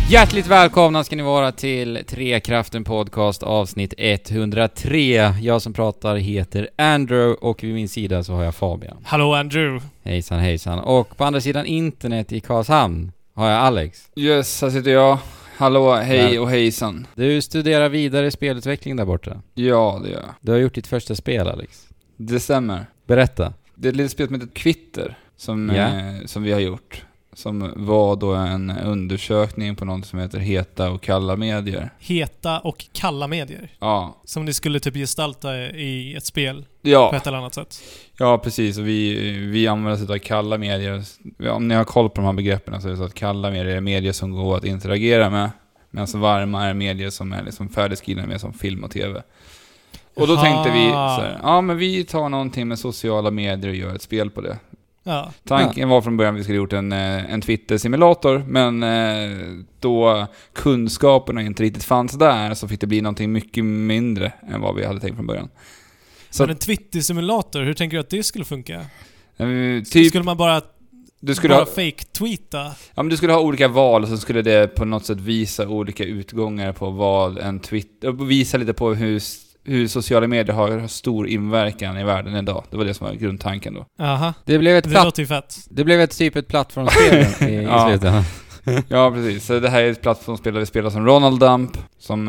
Hjärtligt välkomna ska ni vara till Trekraften podcast avsnitt 103. Jag som pratar heter Andrew och vid min sida så har jag Fabian. Hallå Andrew. Hejsan hejsan. Och på andra sidan internet i Karlshamn har jag Alex. Yes, här sitter jag. Hallå, hej och hejsan. Du studerar vidare spelutveckling där borta. Ja, det gör jag. Du har gjort ditt första spel, Alex. Det stämmer. Berätta. Det är ett litet spel som heter Kvitter som vi har gjort. Som var då en undersökning på något som heter Heta och kalla medier. Heta och kalla medier. Ja. Som ni skulle typ gestalta i ett spel på ett eller annat sätt. Ja, precis. Och vi använder oss av kalla medier. Om ni har koll på de här begreppen så är det så att kalla medier är medier som går att interagera med. Medan så varma är medier som är liksom färdigskrivna med som film och tv. Och då tänkte vi så här, ja men vi tar någonting med sociala medier och gör ett spel på det. Ja. Tanken var från början att vi skulle gjort en Twitter-simulator, men då kunskaperna inte riktigt fanns där så fick det bli någonting mycket mindre än vad vi hade tänkt från början. Så men en Twitter-simulator, hur tänker du att det skulle funka? Typ, skulle man bara fake-tweeta? Ja, men du skulle ha olika val och så skulle det på något sätt visa olika utgångar på vad en Twitter... Och visa lite på hur sociala medier har stor inverkan i världen idag. Det var det som var grundtanken då. Aha. Det blev ett typ ett plattformsspel i slutet. Ja, precis. Så det här är ett plattformsspel där vi spelar som Ronald Dump som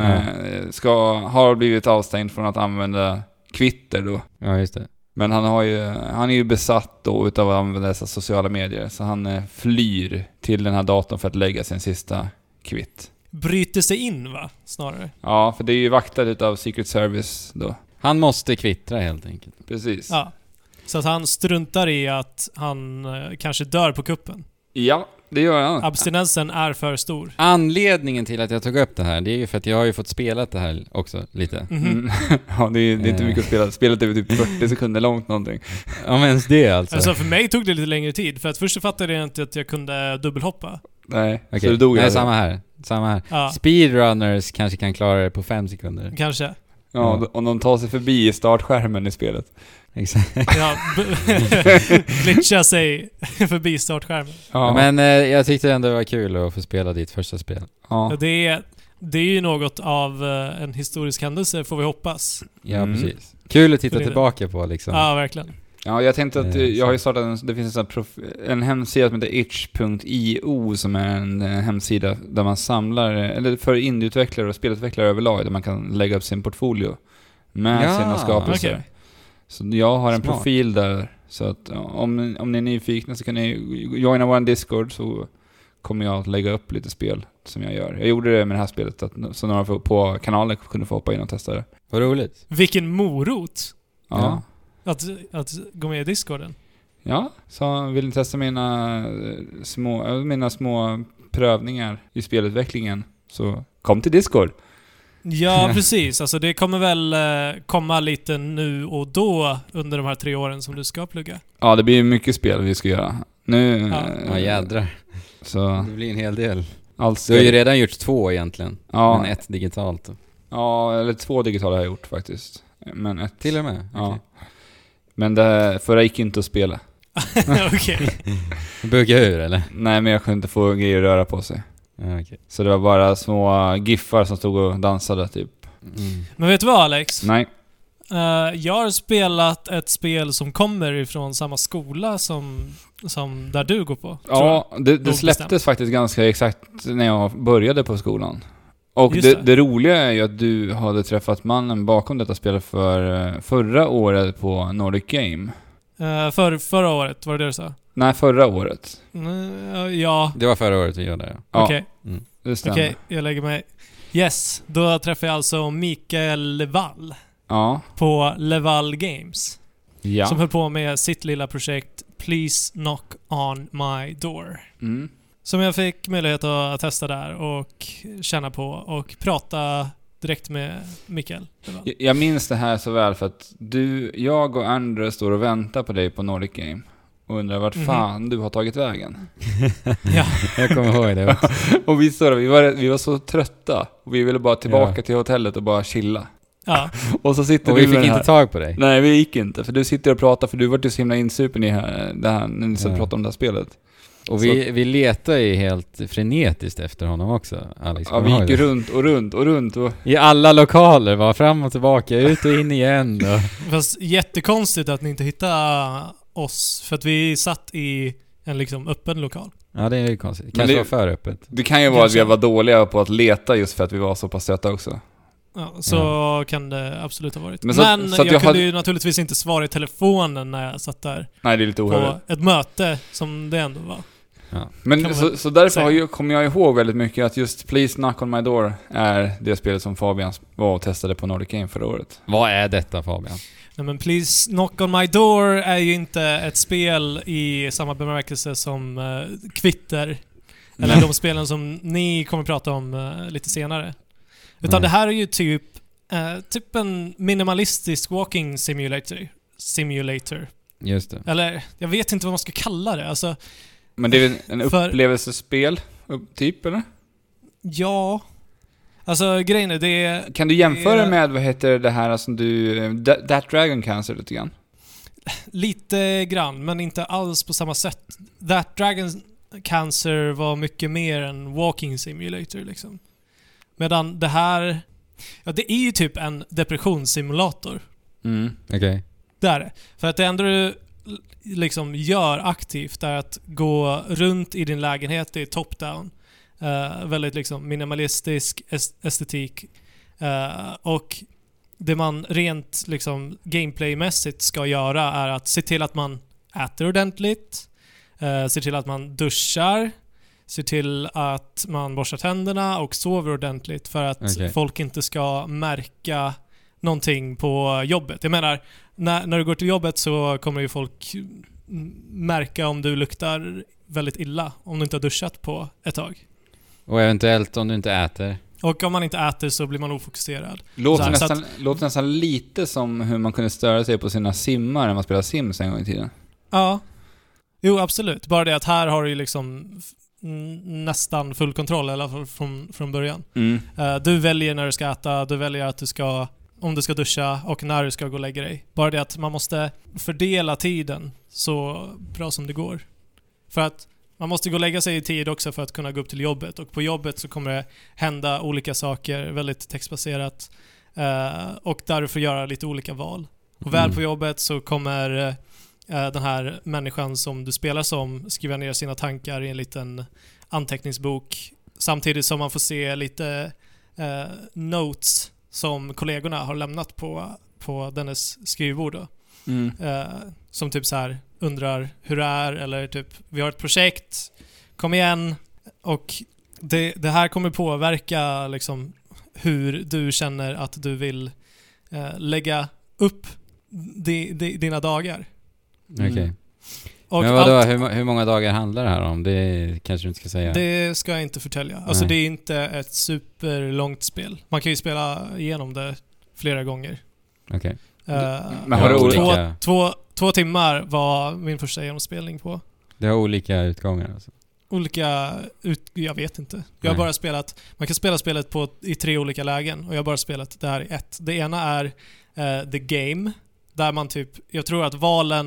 har blivit avstängd från att använda Twitter då. Ja, just det. Men han är ju besatt då utav att använda dessa sociala medier, så han flyr till den här datorn för att lägga sin sista kvitt. Bryter sig in, va? Snarare. Ja, för det är ju vaktat utav Secret Service då. Han måste kvittra helt enkelt. Precis. Ja. Så att han struntar i att han kanske dör på kuppen. Ja, det gör han. Abstinensen är för stor. Anledningen till att jag tog upp det här, det är ju för att jag har ju fått spela det här också lite. Ja, det är inte mycket att spela. Spelet är typ 40 sekunder långt någonting. Ja, men ens det alltså. Alltså för mig tog det lite längre tid. För att först så fattade jag inte att jag kunde dubbelhoppa. Nej, okay. Så du dog. Nej, samma här. Ja. Speedrunners kanske kan klara det på 5 sekunder. Kanske. Ja, om de tar sig förbi startskärmen i spelet. Exakt. Ja, glitcha sig förbi startskärmen. Ja. Men jag tyckte ändå det var kul att få spela ditt första spel. Ja. Det är ju något av en historisk händelse, får vi hoppas. Ja, precis. Kul att titta tillbaka på liksom. Ja, verkligen. Ja, jag tänkte att jag har ju startat det finns en hemsida som heter itch.io som är en hemsida där man samlar, eller för indieutvecklare och spelutvecklare överlag, där man kan lägga upp sin portfolio med sina skapelser. Okay. Så jag har en profil där, så att om ni är nyfikna så kan ni joina vår Discord, så kommer jag att lägga upp lite spel som jag gör. Jag gjorde det med det här spelet så några på kanalen kunde få hoppa in och testa det. Vad roligt. Vilken morot! Ja. Att gå med i Discorden. Ja, så vill ni testa mina små prövningar i spelutvecklingen, så kom till Discord. Ja, precis. Alltså det kommer väl komma lite nu och då under de här 3 åren som du ska plugga. Ja, det blir mycket spel vi ska göra. Nu... Ja, jädrar. Så... Det blir en hel del. Alltså, du har ju redan gjort 2 egentligen. Ja. Men 1 digitalt. Ja, eller 2 digitala har jag gjort faktiskt. Men 1... Till och med? Ja. Okay. Men det förra gick inte att spela. Okej. Bugga ur, eller? Nej, men jag kunde inte få grejer att röra på sig. Okay. Så det var bara små giffar som stod och dansade typ. Men vet du vad, Alex? Nej. Jag har spelat ett spel som kommer ifrån samma skola som där du går på. Ja, det släpptes faktiskt ganska exakt när jag började på skolan. Och det roliga är ju att du hade träffat mannen bakom detta spel förra året på Nordic Game. Förra året, var det du sa? Nej, förra året. Ja. Det var förra året vi gjorde det. Ja. Okej. Det stämmer. Okej, jag lägger mig. Yes, då träffade jag alltså Mikael Levall. Ja. På Levall Games. Ja. Som höll på med sitt lilla projekt Please Knock on My Door. Som jag fick möjlighet att testa där och känna på och prata direkt med Mikael. Jag minns det här så väl för att jag och Andrew står och väntar på dig på Nordic Game och undrar vart fan du har tagit vägen. Ja, jag kommer ihåg det. Och vi var så trötta och vi ville bara tillbaka till hotellet och bara chilla. Ja. Och så sitter och vi fick inte tag på dig. Nej, vi gick inte. För du sitter och pratar, för du var ju så himla insupen i det här när ni så pratade om det här spelet. Och vi letar ju helt frenetiskt efter honom också, Alex. Ja, vi gick runt. I alla lokaler, var fram och tillbaka, ut och in igen då. Fast jättekonstigt att ni inte hittade oss, för att vi satt i en liksom öppen lokal. Ja, det är ju konstigt. Kanske var för öppet. Det kan ju vara att vi var dåliga på att leta just för att vi var så pass söta också. Ja, så kan det absolut ha varit. Men så jag kunde ju naturligtvis inte svara i telefonen när jag satt där. Nej, det är lite ohörligt. På ett möte som det ändå var. Ja. Men så därför kommer jag ihåg väldigt mycket att just Please Knock on My Door är det spelet som Fabian var och testade på Nordic Game förra året. Vad är detta, Fabian? Nej, men Please Knock on My Door är ju inte ett spel i samma bemärkelse som Kvitter. Eller de spelen som ni kommer prata om lite senare. Utan det här är ju typ en minimalistisk walking simulator. Just det. Eller, jag vet inte vad man ska kalla det. Alltså, men det är en upplevelsespel, typ, eller? Ja. Alltså, grejen är det... Kan du jämföra med, vad heter det här som du... That Dragon Cancer lite grann? Lite grann, men inte alls på samma sätt. That Dragon Cancer var mycket mer en walking simulator, liksom. Medan det här... Ja, det är ju typ en depressionssimulator. Okej. Det är det. För att det ändå du liksom gör aktivt är att gå runt i din lägenhet i top-down. Väldigt liksom minimalistisk estetik. Och det man rent liksom gameplaymässigt ska göra är att se till att man äter ordentligt. Se till att man duschar. Se till att man borstar tänderna och sover ordentligt för att folk inte ska märka någonting på jobbet. Jag menar, när du går till jobbet så kommer ju folk märka om du luktar väldigt illa om du inte har duschat på ett tag. Och eventuellt om du inte äter. Och om man inte äter så blir man ofokuserad. Låter nästan lite som hur man kunde störa sig på sina simmar när man spelade Sims en gång i tiden. Ja. Jo, absolut. Bara det att här har du ju liksom nästan full kontroll, i alla fall från början. Du väljer när du ska äta, du väljer att du ska, om du ska duscha och när du ska gå och lägga dig. Bara det att man måste fördela tiden så bra som det går. För att man måste gå och lägga sig i tid också för att kunna gå upp till jobbet. Och på jobbet så kommer det hända olika saker, väldigt textbaserat. Och där du får göra lite olika val. Och väl på jobbet så kommer den här människan som du spelar som skriva ner sina tankar i en liten anteckningsbok. Samtidigt som man får se lite notes som kollegorna har lämnat på dennes skrivbord då. Som typ så här undrar hur det är, eller typ vi har ett projekt, kom igen. Och det här kommer påverka liksom hur du känner att du vill lägga upp dina dagar. Okej. Men vadå, hur många dagar handlar det här om? Det kanske du inte ska säga. Det ska jag inte förtälja. Alltså det är inte ett superlångt spel. Man kan ju spela igenom det flera gånger. Okej. Men har du olika... 2 timmar var min första genomspelning på. Det har olika utgångar alltså. Jag vet inte. Jag har bara spelat, man kan spela spelet i 3 olika lägen och jag har bara spelat det här i 1. Det ena är The Game, där man typ, jag tror att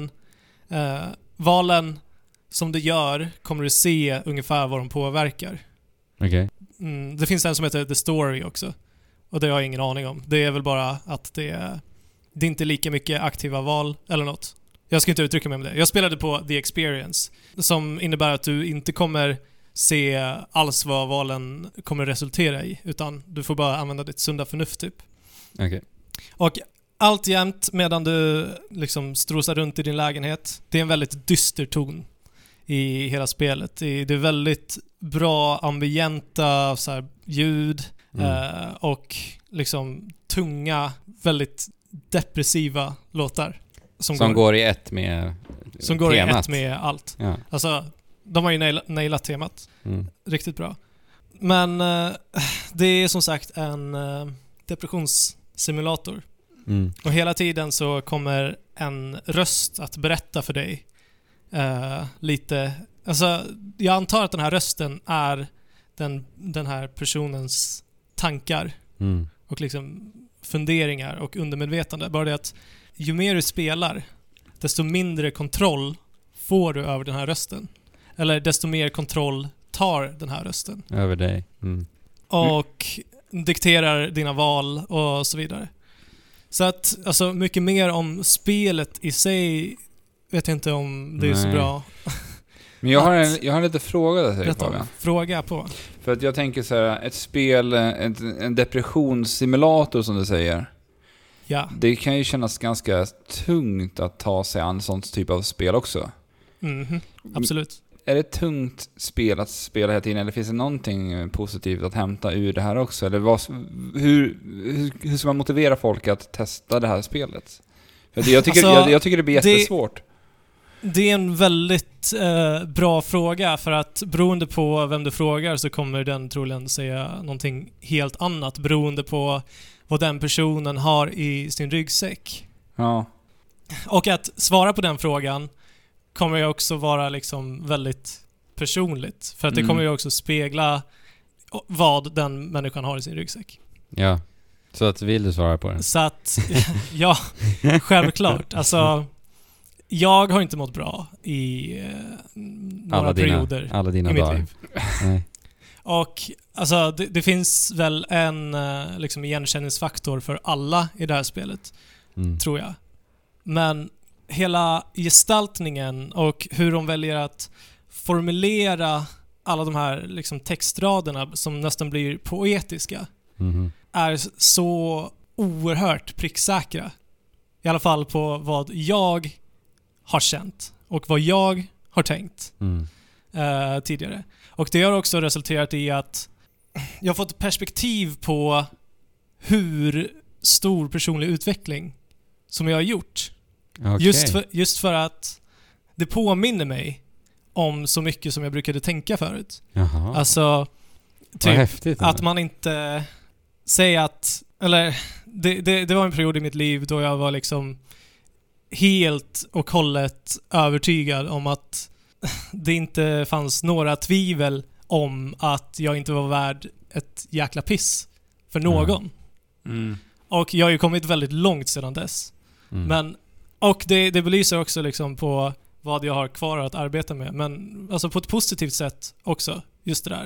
valen som du gör kommer du se ungefär vad de påverkar. Okej. Det finns en som heter The Story också. Och det har jag ingen aning om. Det är väl bara att det är inte lika mycket aktiva val eller något. Jag ska inte uttrycka mig om det. Jag spelade på The Experience, som innebär att du inte kommer se alls vad valen kommer resultera i, utan du får bara använda ditt sunda förnuft typ. Okej. Och allt jämt medan du liksom strosar runt i din lägenhet. Det är en väldigt dyster ton i hela spelet. Det är väldigt bra ambienta så här, ljud och liksom tunga, väldigt depressiva låtar. Som går i ett med som går temat. I ett med allt. Ja. Alltså, de har ju nailat temat. Riktigt bra. Men det är som sagt en depressionssimulator. Och hela tiden så kommer en röst att berätta för dig lite. Alltså, jag antar att den här rösten är den här personens tankar och liksom funderingar och undermedvetande. Bara det att ju mer du spelar, desto mindre kontroll får du över den här rösten. eller desto mer kontroll tar den här rösten. Över dig. Och dikterar dina val och så vidare. Så att, alltså, mycket mer om spelet i sig vet jag inte om det är så bra. Men jag har en liten fråga där, Fabian. Fråga på. För att jag tänker så här, ett spel, en depressionssimulator som du säger. Ja. Det kan ju kännas ganska tungt att ta sig an sånt typ av spel också. Absolut. Är det tungt spel att spela hela tiden, eller finns det någonting positivt att hämta ur det här också? Eller hur ska man motivera folk att testa det här spelet? För jag tycker det blir jättesvårt. Det är en väldigt bra fråga, för att beroende på vem du frågar så kommer den troligen säga någonting helt annat beroende på vad den personen har i sin ryggsäck. Ja. Och att svara på den frågan kommer ju också vara liksom väldigt personligt, för att det kommer ju också spegla vad den människan har i sin ryggsäck. Ja. Så att vill du svara på den? Så att ja, självklart. Alltså, jag har inte mått bra i några perioder alla dina i mitt dagar. liv. Nej. Och alltså, det finns väl en liksom igenkänningsfaktor för alla i det här spelet, tror jag. Men hela gestaltningen och hur de väljer att formulera alla de här liksom textraderna som nästan blir poetiska är så oerhört pricksäkra. I alla fall på vad jag har känt och vad jag har tänkt tidigare. Och det har också resulterat i att jag har fått perspektiv på hur stor personlig utveckling som jag har gjort. Okay. Just för att det påminner mig om så mycket som jag brukade tänka förut. Jaha. Alltså typ häftigt, att man inte säger att, eller det var en period i mitt liv då jag var liksom helt och hållet övertygad om att det inte fanns några tvivel om att jag inte var värd ett jäkla piss för någon. Och jag har ju kommit väldigt långt sedan dess. Men, och det belyser också liksom på vad jag har kvar att arbeta med. Men alltså på ett positivt sätt också, just det där.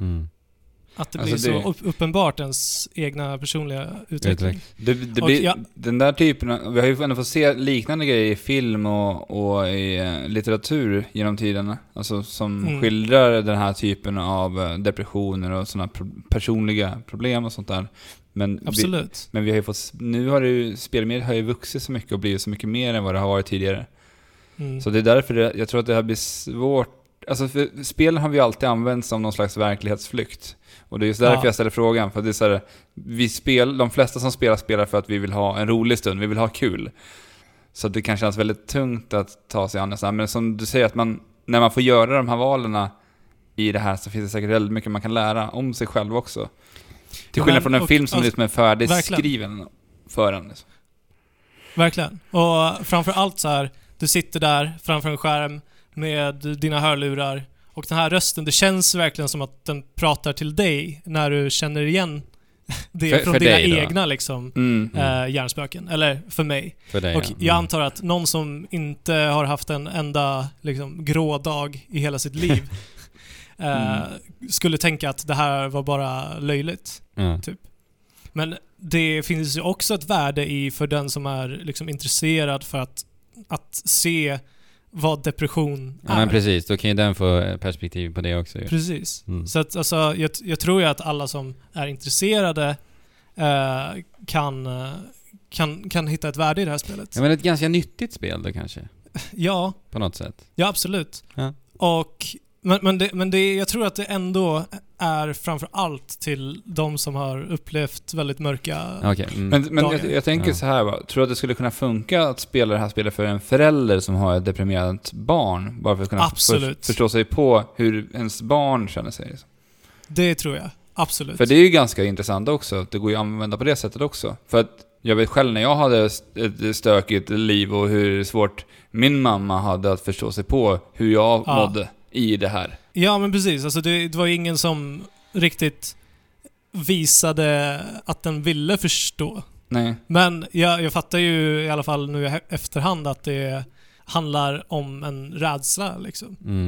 Att det blir alltså så uppenbart ens egna personliga utveckling. Det blir, den där typen av, vi har ju ändå fått se liknande grejer i film och i litteratur genom tiderna. Alltså som skildrar den här typen av depressioner och sådana personliga problem och sånt där. Men absolut. Men vi har ju fått, nu har det ju, spelmediet har ju vuxit så mycket och blivit så mycket mer än vad det har varit tidigare. Så det är därför jag tror att det här blir svårt. Alltså för spelen har vi alltid använt som någon slags verklighetsflykt. Och det är just därför jag ställer frågan. För det är så här, de flesta som spelar för att vi vill ha en rolig stund. Vi vill ha kul. Så det kan kännas väldigt tungt att ta sig an. Men som du säger, att när man får göra de här valen i det här, så finns det säkert väldigt mycket man kan lära om sig själv också. Till skillnad från en film som liksom är färdigskriven för en. Liksom. Verkligen. Och framförallt så här, du sitter där framför en skärm med dina hörlurar. Och den här rösten, det känns verkligen som att den pratar till dig när du känner igen det från dina egna liksom, hjärnspöken. Eller för mig. För dig, och jag antar att någon som inte har haft en enda liksom, grå dag i hela sitt liv skulle tänka att det här var bara löjligt. Typ. Men det finns ju också ett värde i för den som är liksom, intresserad för att se vad depression är. Ja, men precis. Då kan ju den få perspektiv på det också. Ju. Precis. Så att, alltså, jag tror ju att alla som är intresserade kan hitta ett värde i det här spelet. Ja, men ett ganska nyttigt spel då kanske. Ja. På något sätt. Ja, absolut. Ja. Och men jag tror att det ändå är framför allt till de som har upplevt väldigt mörka Men jag tänker så här, tror du att det skulle kunna funka att spela det här spelet för en förälder som har ett deprimerat barn? Bara för att kunna förstå sig på hur ens barn känner sig. Det tror jag, absolut. För det är ju ganska intressant också. Det går ju att använda på det sättet också. För att jag vet själv när jag hade ett stökigt liv och hur svårt min mamma hade att förstå sig på hur jag mådde i det här. Ja, men precis. Alltså det var ingen som riktigt visade att den ville förstå. Nej. Men jag fattar ju i alla fall nu i efterhand att det handlar om en rädsla liksom.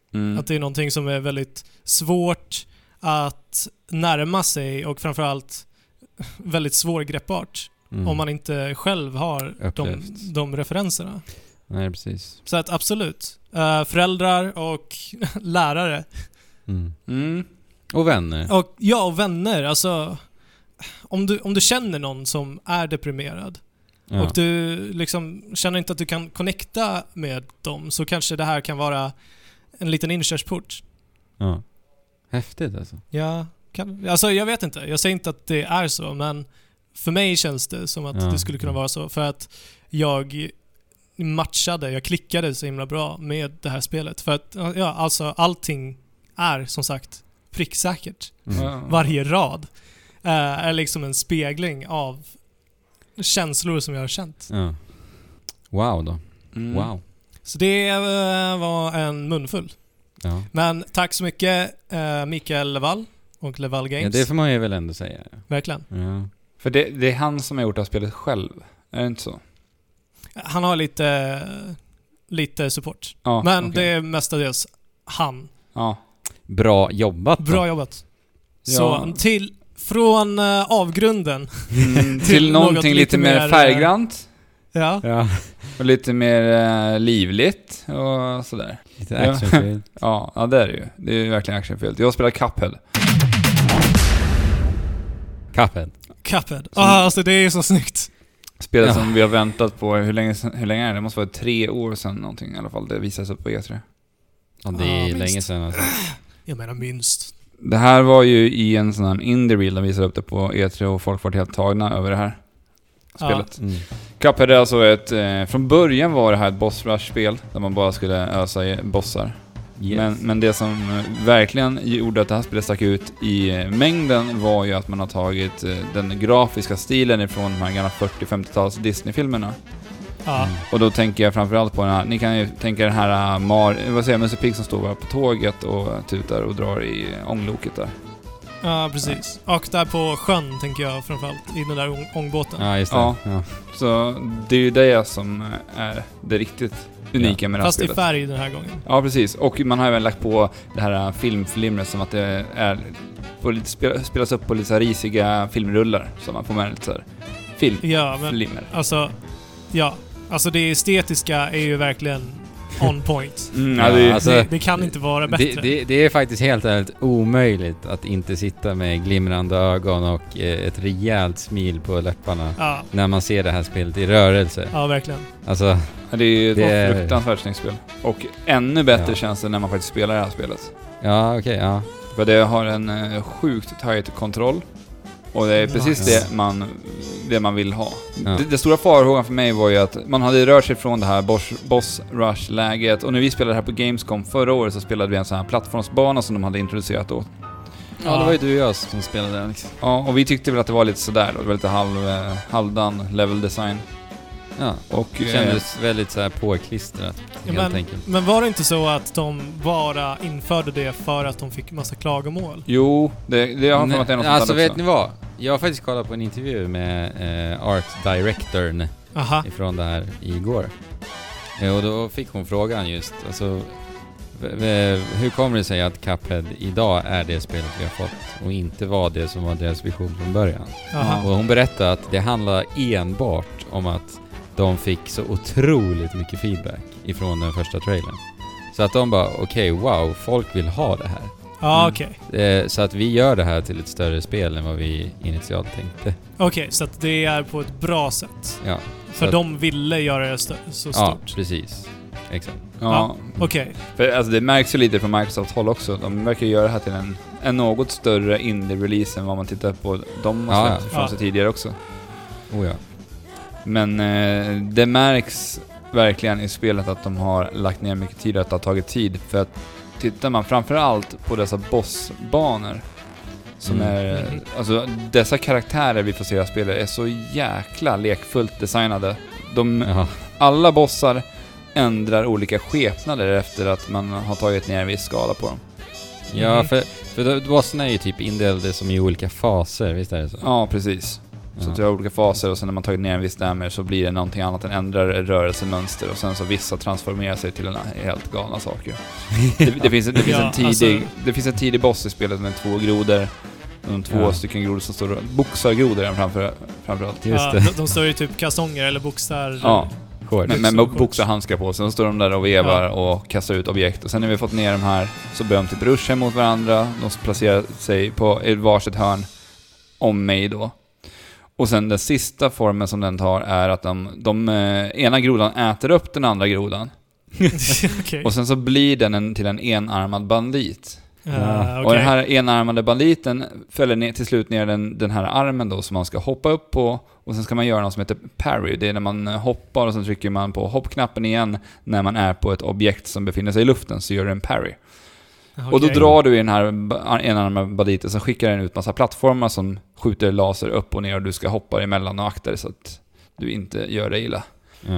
Att det är någonting som är väldigt svårt att närma sig och framförallt väldigt svårgreppbart om man inte själv har de referenserna. Nej, precis. Så att absolut. Föräldrar och lärare. Och vänner. Och vänner. Alltså, om du känner någon som är deprimerad och du liksom känner inte att du kan connecta med dem, så kanske det här kan vara en liten inkörsport. Ja. Häftigt alltså. Ja, alltså jag vet inte. Jag säger inte att det är så, men för mig känns det som att det skulle kunna vara så. För att jag klickade så himla bra med det här spelet. För att alltså allting är som sagt pricksäkert. Varje rad är liksom en spegling av känslor som jag har känt. Ja. Wow då. Wow. Så det var en munfull. Ja. Men tack så mycket Mikael Leval och Leval Games. Ja, det får man ju väl ändå säga. Verkligen. Ja. För det är han som har gjort det här spelet själv. Är det inte så? Han har lite support. Ja, men det är mestadels han. Ja. Bra jobbat då. Bra jobbat. Så från avgrunden till någonting lite mer färggrant. Ja. Och lite mer livligt och sådär. Lite actionfyllt. Ja, det är det ju. Det är verkligen actionfyllt. Jag har spelat Cuphead. Alltså det är så snyggt. Spelet som vi har väntat på hur länge är det? Det måste vara 3 år sedan någonting i alla fall. Det visades upp på E3. Ja, det är länge sedan alltså. Jag menar minst. Det här var ju i en sån här indie-reel de visade upp det på E3 och folk var helt tagna över det här spelet. Cuphead är alltså från början var det här ett boss rush-spel där man bara skulle ösa i bossar. Yes. Men det som verkligen gjorde att det här spelet stack ut i mängden var ju att man har tagit den grafiska stilen ifrån de här gamla 40-50-tals Disney-filmerna. Och då tänker jag framförallt på den här, ni kan ju tänka den här Musse Pigg som står på tåget och tutar och drar i ångloket där. Ja, precis. Och där på sjön tänker jag framförallt, i den där ångbåten. Ja, just det. Ja. Så det är ju det som är det riktigt unika med det här spelet. Fast i färg den här gången. Ja, precis. Och man har även lagt på det här filmflimret som att det är spelas upp på lite så här risiga filmrullar som man får med lite så här filmflimmer. Alltså det estetiska är ju verkligen on point. Det kan inte vara bättre. Det är faktiskt helt ärligt omöjligt att inte sitta med glimrande ögon och ett rejält smil på läpparna när man ser det här spelet i rörelse. Ja, verkligen. Alltså, det är ett fruktansvärt snyggt spel. Och ännu bättre känns det när man faktiskt spelar det här spelet. Ja, okej. För det har en sjukt tight kontroll. Och det är precis det man vill ha. Ja. Det stora farhågan för mig var ju att man hade rört sig från det här boss rush-läget. Och när vi spelade här på Gamescom förra året så spelade vi en sån här plattformsbana som de hade introducerat då. Ja, det var ju du och jag som spelade den. Liksom. Ja, och vi tyckte väl att det var lite sådär då. Det var lite halvdan level design. Ja, och det kändes väldigt så här påklistrat, helt enkelt. Men var det inte så att de bara införde det för att de fick massa klagomål? Jo, det har för att det är något alltså sånt vet ni vad? Jag har faktiskt kollat på en intervju med art directorn ifrån det här igår. Och då fick hon frågan just, alltså, hur kommer det sig att Cuphead idag är det spelet vi har fått och inte var det som var deras vision från början? Och hon berättade att det handlar enbart om att de fick så otroligt mycket feedback ifrån den första trailern. Så att de bara, wow, folk vill ha det här. Så att vi gör det här till ett större spel än vad vi initialt tänkte. Så att det är på ett bra sätt. Ja. För de ville göra det så stort. Ja, precis. Exakt. För alltså, det märks ju lite från Microsoft håll också. De verkar göra det här till en något större indie-release än vad man tittar på. De har släppt från sig tidigare också. Men det märks verkligen i spelet att de har lagt ner mycket tid och att det har tagit tid. För att tittar man framförallt på dessa bossbanor som är, alltså dessa karaktärer vi får se i spelet är så jäkla lekfullt designade. Alla bossar ändrar olika skepnader efter att man har tagit ner en viss skala på dem. Ja, för bossarna är ju typ indelade som i olika faser, visst är det så? Ja, precis. Så att du har olika faser och sen när man tagit ner en viss damage så blir det någonting annat än ändrar rörelsemönster och sen så vissa transformerar sig till helt galna saker. Det finns en tidig boss i spelet med 2 grodor. De 2 stycken grodor som står och boxar grodor framförallt. Just det. De står ju typ kalsonger eller boxar. Ja. Men boxar handskar på sig. Så står de där och vevar och kastar ut objekt. Och sen när vi fått ner de här så börjar de typ ruscha mot varandra. De placerar sig på ett varsitt hörn om mig då. Och sen den sista formen som den tar är att de ena grodan äter upp den andra grodan. Okay. Och sen så blir den till en enarmad bandit. Okay. Och den här enarmade banditen fäller ner, till slut ner den här armen då som man ska hoppa upp på. Och sen ska man göra något som heter parry. Det är när man hoppar och sen trycker man på hoppknappen igen när man är på ett objekt som befinner sig i luften, så gör du en parry. Okay. Och då drar du i den här enarmade banditen, så skickar den ut massa plattformar som skjuter laser upp och ner och du ska hoppa emellan och akta dig så att du inte gör dig illa.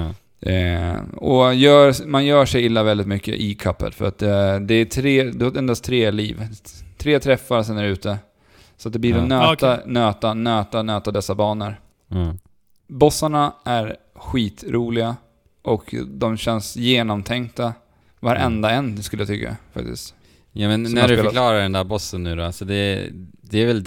Och man gör sig illa väldigt mycket i Cuphead för att det är endast 3 liv. 3 träffar, sen är det ute. Så att det blir att nöta dessa banor. Bossarna är skitroliga och de känns genomtänkta. Varenda en skulle jag tycka faktiskt. Ja, men när du förklarar den där bossen nu då, så det är väl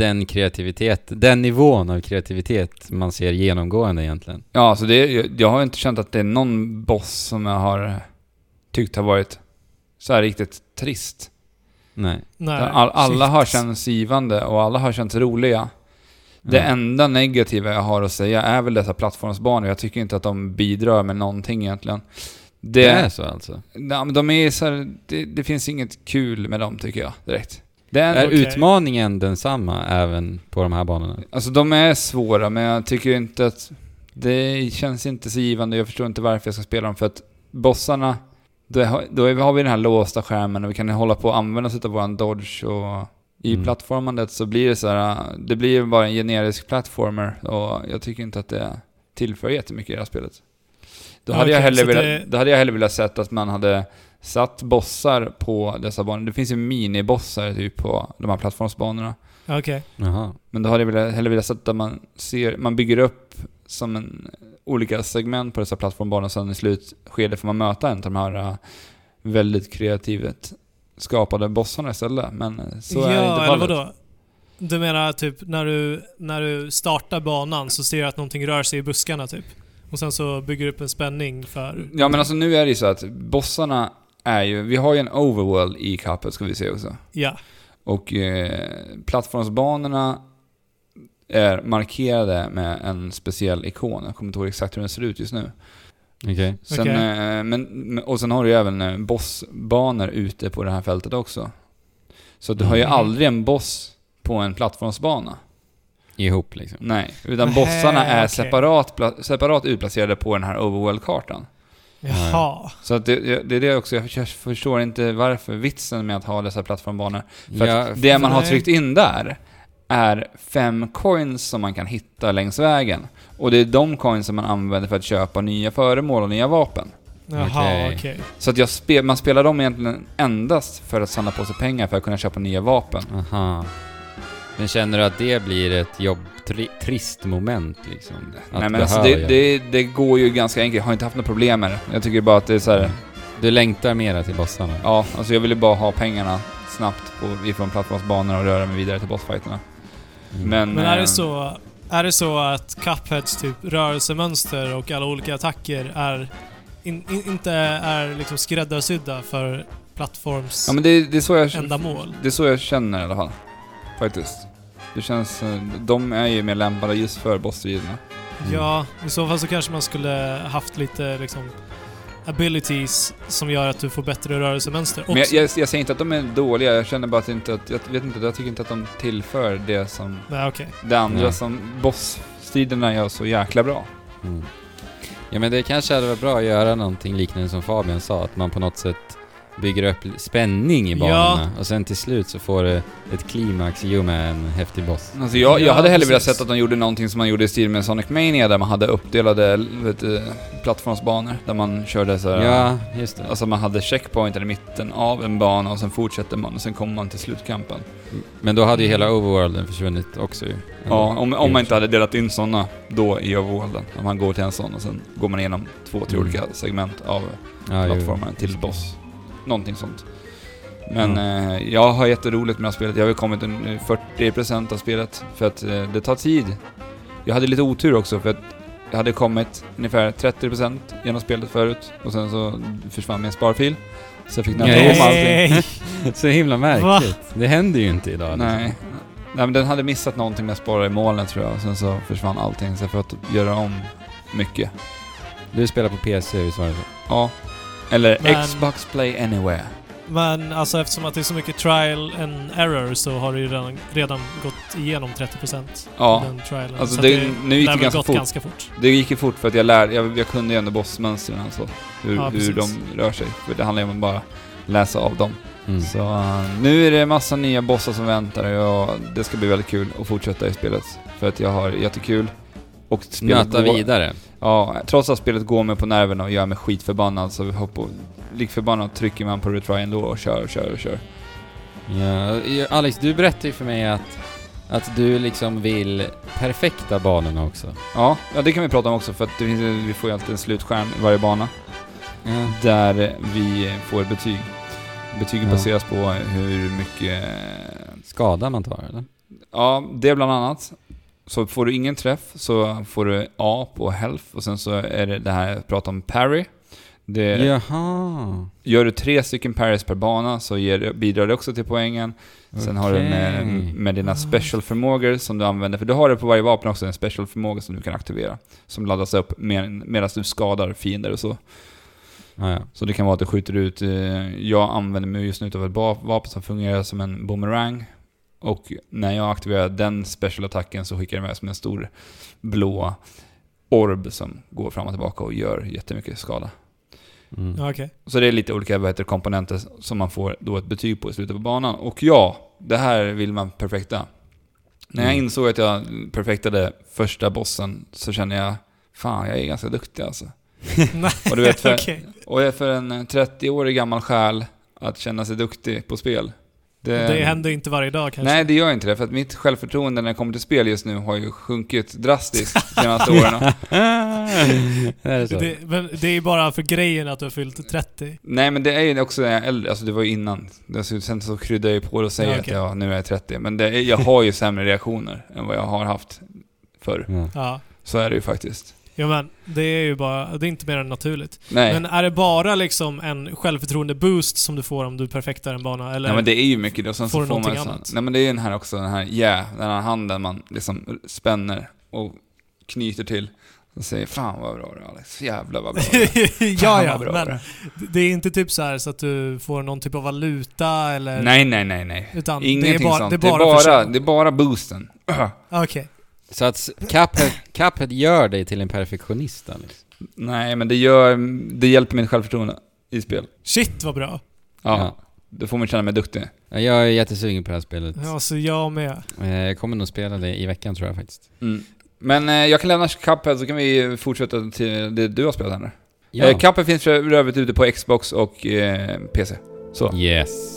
den nivån av kreativitet man ser genomgående egentligen. Ja, så jag har inte känt att det är någon boss som jag har tyckt har varit så här riktigt trist. Nej. Alla har känts givande och alla har känts roliga. Det enda negativa jag har att säga är väl dessa plattformsbanor. Jag tycker inte att de bidrar med någonting egentligen. Det är så alltså? Ja, men de är så här, det finns inget kul med dem tycker jag direkt. Är utmaningen densamma även på de här banorna? Alltså de är svåra, men jag tycker inte att det känns inte så givande. Jag förstår inte varför jag ska spela dem, för att bossarna då har vi den här låsta skärmen och vi kan hålla på och använda oss av våran dodge och i plattformandet så blir det så här, det blir bara en generisk plattformer och jag tycker inte att det tillför jättemycket i det här spelet. Då hade jag hellre velat sett att man hade satt bossar på dessa banor. Det finns ju minibossar typ på de här plattformsbanorna. Okej. Men då hade jag hellre velat sett att man bygger upp som olika segment på dessa plattformbanor och sen i slutskedet får man möta en av de här väldigt kreativt skapade bossarna istället. Men så är det inte fallet. Eller vadå? Du menar typ när du startar banan så ser du att någonting rör sig i buskarna typ? Och sen så bygger du upp en spänning för... Ja, men alltså nu är det ju så att bossarna är ju... Vi har ju en overworld i Cuphead, ska vi se också. Ja. Och plattformsbanorna är markerade med en speciell ikon. Jag kommer inte ihåg exakt hur den ser ut just nu. Okej. Och sen har du ju även bossbanor ute på det här fältet också. Så du har ju aldrig en boss på en plattformsbana. Ihop liksom. Nej, utan bossarna är separat utplacerade på den här overworld-kartan. Jaha. Så att det är det också, jag förstår inte varför vitsen med att ha dessa plattformbanor. För att det man har tryckt in där är 5 coins som man kan hitta längs vägen. Och det är de coins som man använder för att köpa nya föremål och nya vapen. Jaha, okej. Så att man spelar dem egentligen endast för att samla på sig pengar för att kunna köpa nya vapen. Aha. Men känner du att det blir ett trist moment liksom? Nej, men alltså det går ju ganska enkelt. Jag har inte haft några problem med det. Jag tycker bara att det är så här... Du längtar mera till bossarna? Ja, alltså jag vill ju bara ha pengarna snabbt ifrån plattformsbanor och röra mig vidare till bossfighterna. Men är det så att Cupheads typ rörelsemönster och alla olika attacker inte är liksom skräddarsydda för plattforms ändamål? Det är så jag känner i alla fall. Faktiskt. Det känns... De är ju mer lämpade just för bossstriderna. Ja, i så fall så kanske man skulle haft lite liksom abilities som gör att du får bättre rörelsemönster också. Men jag säger inte att de är dåliga. Jag känner bara att jag tycker inte att de tillför det som... Nej, okay. Det andra som bossstriderna gör så jäkla bra. Ja, men det kanske hade varit bra att göra någonting liknande som Fabian sa, att man på något sätt bygger upp spänning i banorna och sen till slut så får det ett klimax i och med en häftig boss. Alltså jag hade hellre velat sett att de gjorde någonting som man gjorde i stil med Sonic Mania där man hade uppdelade plattformsbanor där man körde så här. Ja, just det. Alltså man hade checkpointer i mitten av en bana och sen fortsätter man och sen kommer man till slutkampen. Men då hade ju hela overworlden försvunnit också ju. Ja, om man inte hade delat in sådana då i overworlden. Om man går till en sån och sen går man igenom 2-3 olika segment av plattformen till boss. Någonting sånt. Men jag har jätteroligt med det här spelet. Jag har ju kommit 40% av spelet för att det tar tid. Jag hade lite otur också för att jag hade kommit ungefär 30% genom spelet förut och sen så försvann min sparfil. Så jag fick nämna om allting. Så himla märkligt. Va? Det händer ju inte idag. Nej. Liksom. Nej, men den hade missat någonting med att spara i molnen tror jag. Och sen så försvann allting så jag får att göra om mycket. Du spelar på PC, visst var det så? Ja. Eller Xbox Play Anywhere. Men alltså eftersom att det är så mycket trial and error så har du ju redan gått igenom 30% av den trialen. Alltså så nu gick det ganska fort. Det gick ju fort för att jag kunde ju ändå bossmönstren alltså. Hur de rör sig. För det handlar ju om att bara läsa av dem. Så nu är det massa nya bossar som väntar och det ska bli väldigt kul att fortsätta i spelet. För att jag har jättekul. Och nöta vidare. Ja, trots att spelet går mig på nerverna och gör mig skitförbannad så likförbannad trycker man på retry ändå och kör. Ja, Alex, du berättade ju för mig att du liksom vill perfekta banorna också. Ja, det kan vi prata om också för att vi får ju alltid en slutskärm i varje bana. Där vi får ett betyg. Betyget baseras på hur mycket skada man tar, eller? Ja, det bland annat. Så får du ingen träff så får du A på health och sen så är det här jag pratar om parry. Jaha. Gör du 3 stycken parries per bana så bidrar det också till poängen. Sen har du med dina special förmågor som du använder. För du har det på varje vapen också, en special förmåga som du kan aktivera. Som laddas upp medan du skadar fiender och så. Ja. Så det kan vara att du skjuter ut. Jag använder mig just nu av ett vapen som fungerar som en boomerang. Och när jag aktiverar den special-attacken så skickar jag med som en stor blå orb som går fram och tillbaka och gör jättemycket skada. Okay. Så det är lite olika komponenter som man får då ett betyg på i slutet på banan. Och ja, det här vill man perfekta. När jag insåg att jag perfektade första bossen så känner jag, fan jag är ganska duktig alltså. Och du vet, för en 30-årig gammal själ att känna sig duktig på spel. Det händer inte varje dag kanske. Nej, det gör inte det. För att mitt självförtroende när jag kommer till spel just nu har ju sjunkit drastiskt de senaste åren. Men det är ju bara för grejen att du har fyllt 30. Nej, men det är ju också äldre. Alltså det var ju innan. Sen så kryddar jag ju på det och säger att nu är jag 30. Men jag har ju sämre reaktioner än vad jag har haft förr. Ja. Så är det ju faktiskt. Ja, men det är ju bara, det är inte mer än naturligt. Nej. Men är det bara liksom en självförtroende boost som du får om du perfektar en bana eller? Nej, men det är ju mycket det. Och sen får så får man annat. Nej, men det är den här också den här handen man liksom spänner och knyter till och säger fan vad bra det, Alex. Jävlar vad bra. Ja, men det är inte typ så här så att du får någon typ av valuta eller Nej. Utan ingenting sånt. Det är bara boosten. Okej. Så att Cuphead gör dig till en perfektionist, Alex. Nej, men det hjälper mitt självförtroende i spel. Shit, vad bra. Ja. Det får mig känna mig duktig. Ja, jag är jättesugen på det här spelet. Ja, så jag med. Jag kommer nog spela det i veckan tror jag faktiskt. Men jag kan lämna Cuphead så kan vi fortsätta till det du har spelat här nu. Ja. Cuphead finns för övrigt ute på Xbox och PC. Så. Yes.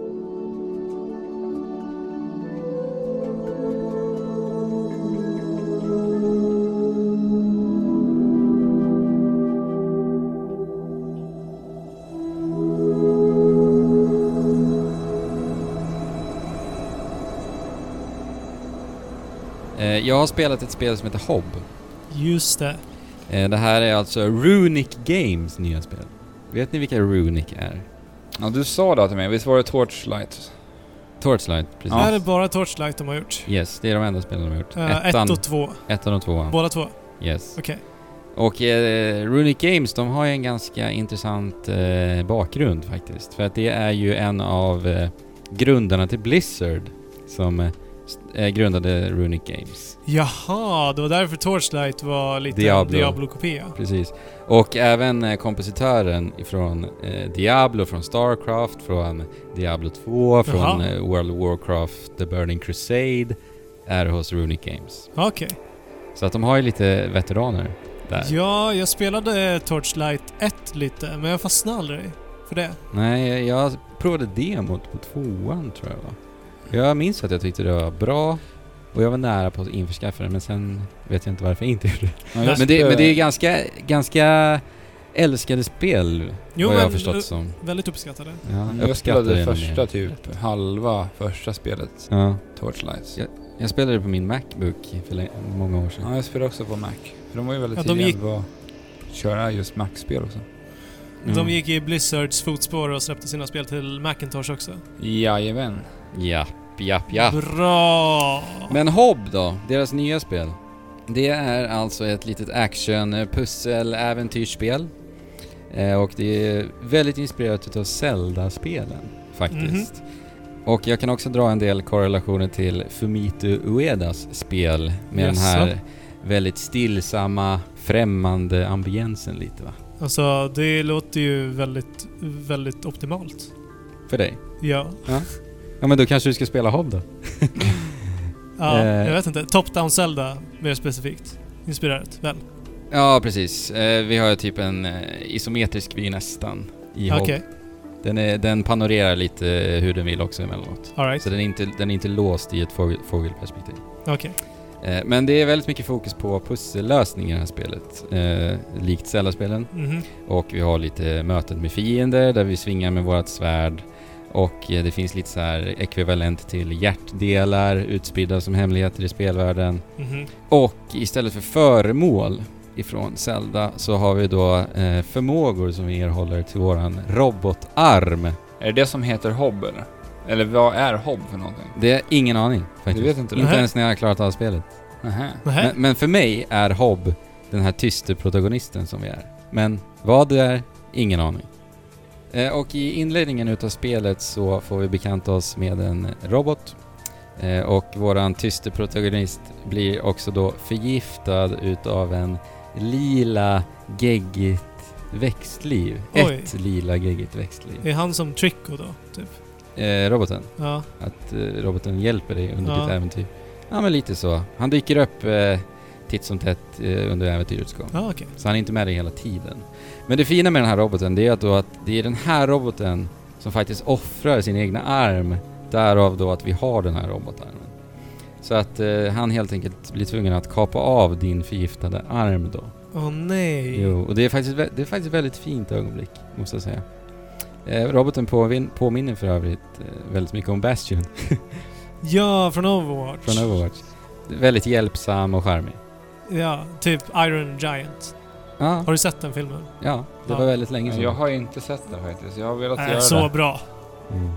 Jag har spelat ett spel som heter Hob. Just det. Det här är alltså Runic Games nya spel. Vet ni vilka Runic är? Ja, du sa det till mig. Visst var det Torchlight? Torchlight, precis. Ja, det är bara Torchlight de har gjort. Yes, det är de enda spelen de har gjort. 1 och 2. 1 och 2. Båda 2? Yes. Okej. Och Runic Games, de har ju en ganska intressant bakgrund faktiskt. För att det är ju en av grundarna till Blizzard som grundade Runic Games. Jaha, det var därför Torchlight var lite Diablo-kopia. Precis. Och även kompositören från Diablo, från Starcraft, från Diablo 2, från World of Warcraft, The Burning Crusade är hos Runic Games. Okej. Så att de har ju lite veteraner där. Ja, jag spelade Torchlight 1 lite, men jag fastnade aldrig för det. Nej, jag provade demot på 2:an tror jag. Jag minns att jag tyckte det var bra och jag var nära på att införskaffa det, men sen vet jag inte varför jag inte gjorde det. Ja, men det är ganska älskade spel, vad jag har förstått som. Väldigt uppskattade. Ja, jag spelade första typ halva första spelet. Ja. Torchlights. Jag spelade det på min Macbook för många år sedan. Ja, jag spelade också på Mac. För de var ju väldigt tidiga på att köra just Mac-spel också. De gick i Blizzards fotspår och släppte sina spel till Macintosh också. Jajamän. Japp. Bra! Men Hob då, deras nya spel. Det är alltså ett litet action-pussel-äventyrsspel. Och det är väldigt inspirerat av Zelda-spelen faktiskt. Och jag kan också dra en del korrelationer till Fumito Uedas spel med den här väldigt stillsamma, främmande ambiensen lite, va? Alltså, det låter ju väldigt, väldigt optimalt. För dig? Ja. Ja, men då kanske du ska spela Hob då. Ja, jag vet inte. Top-down Zelda, mer specifikt. Inspirerat, väl? Ja, precis. Vi har typ en isometrisk vy nästan i Hob. Okay. Den panorerar lite hur den vill också emellanåt. All right. Så den är inte låst i ett fågelperspektiv. Okej. Men det är väldigt mycket fokus på pussellösningar i det här spelet. Likt Zelda-spelen. Mm-hmm. Och vi har lite möten med fiender där vi svingar med vårt svärd. Och det finns lite så här ekvivalent till hjärtdelar utspridda som hemligheter i spelvärlden. Mm-hmm. Och istället för föremål ifrån Zelda så har vi då förmågor som vi erhåller till våran robotarm. Är det som heter Hob eller? Eller vad är Hob för någonting? Det är ingen aning faktiskt. Du vet inte det? Inte ens när jag har klarat av spelet. Men för mig är Hob den här tysta protagonisten som vi är. Men vad det är, ingen aning. Och i inledningen utav spelet så får vi bekanta oss med en robot. Och våran tysta protagonist blir också då förgiftad utav en lila geggigt växtliv. Oj. Ett lila geggigt växtliv. Är han som Trico då, typ? Roboten? Ja. Att roboten hjälper dig under ditt äventyr. Ja, men lite så. Han dyker upp titt som tätt under äventyrets gång. Ja, okay. Så han är inte med dig hela tiden. Men det fina med den här roboten, det är att det är den här roboten som faktiskt offrar sin egna arm. Därav då att vi har den här robotarmen. Så att han helt enkelt blir tvungen att kapa av din förgiftade arm då. Åh nej. Jo, och det är faktiskt väldigt fint ögonblick, måste jag säga. Roboten påminner för övrigt väldigt mycket om Bastion. Ja, från Overwatch. Väldigt hjälpsam och charmig. Ja, typ Iron Giant. Ja. Har du sett den filmen? Ja, det var väldigt länge sedan. Jag har inte sett den faktiskt. Jag har velat göra så det. Bra. Mm.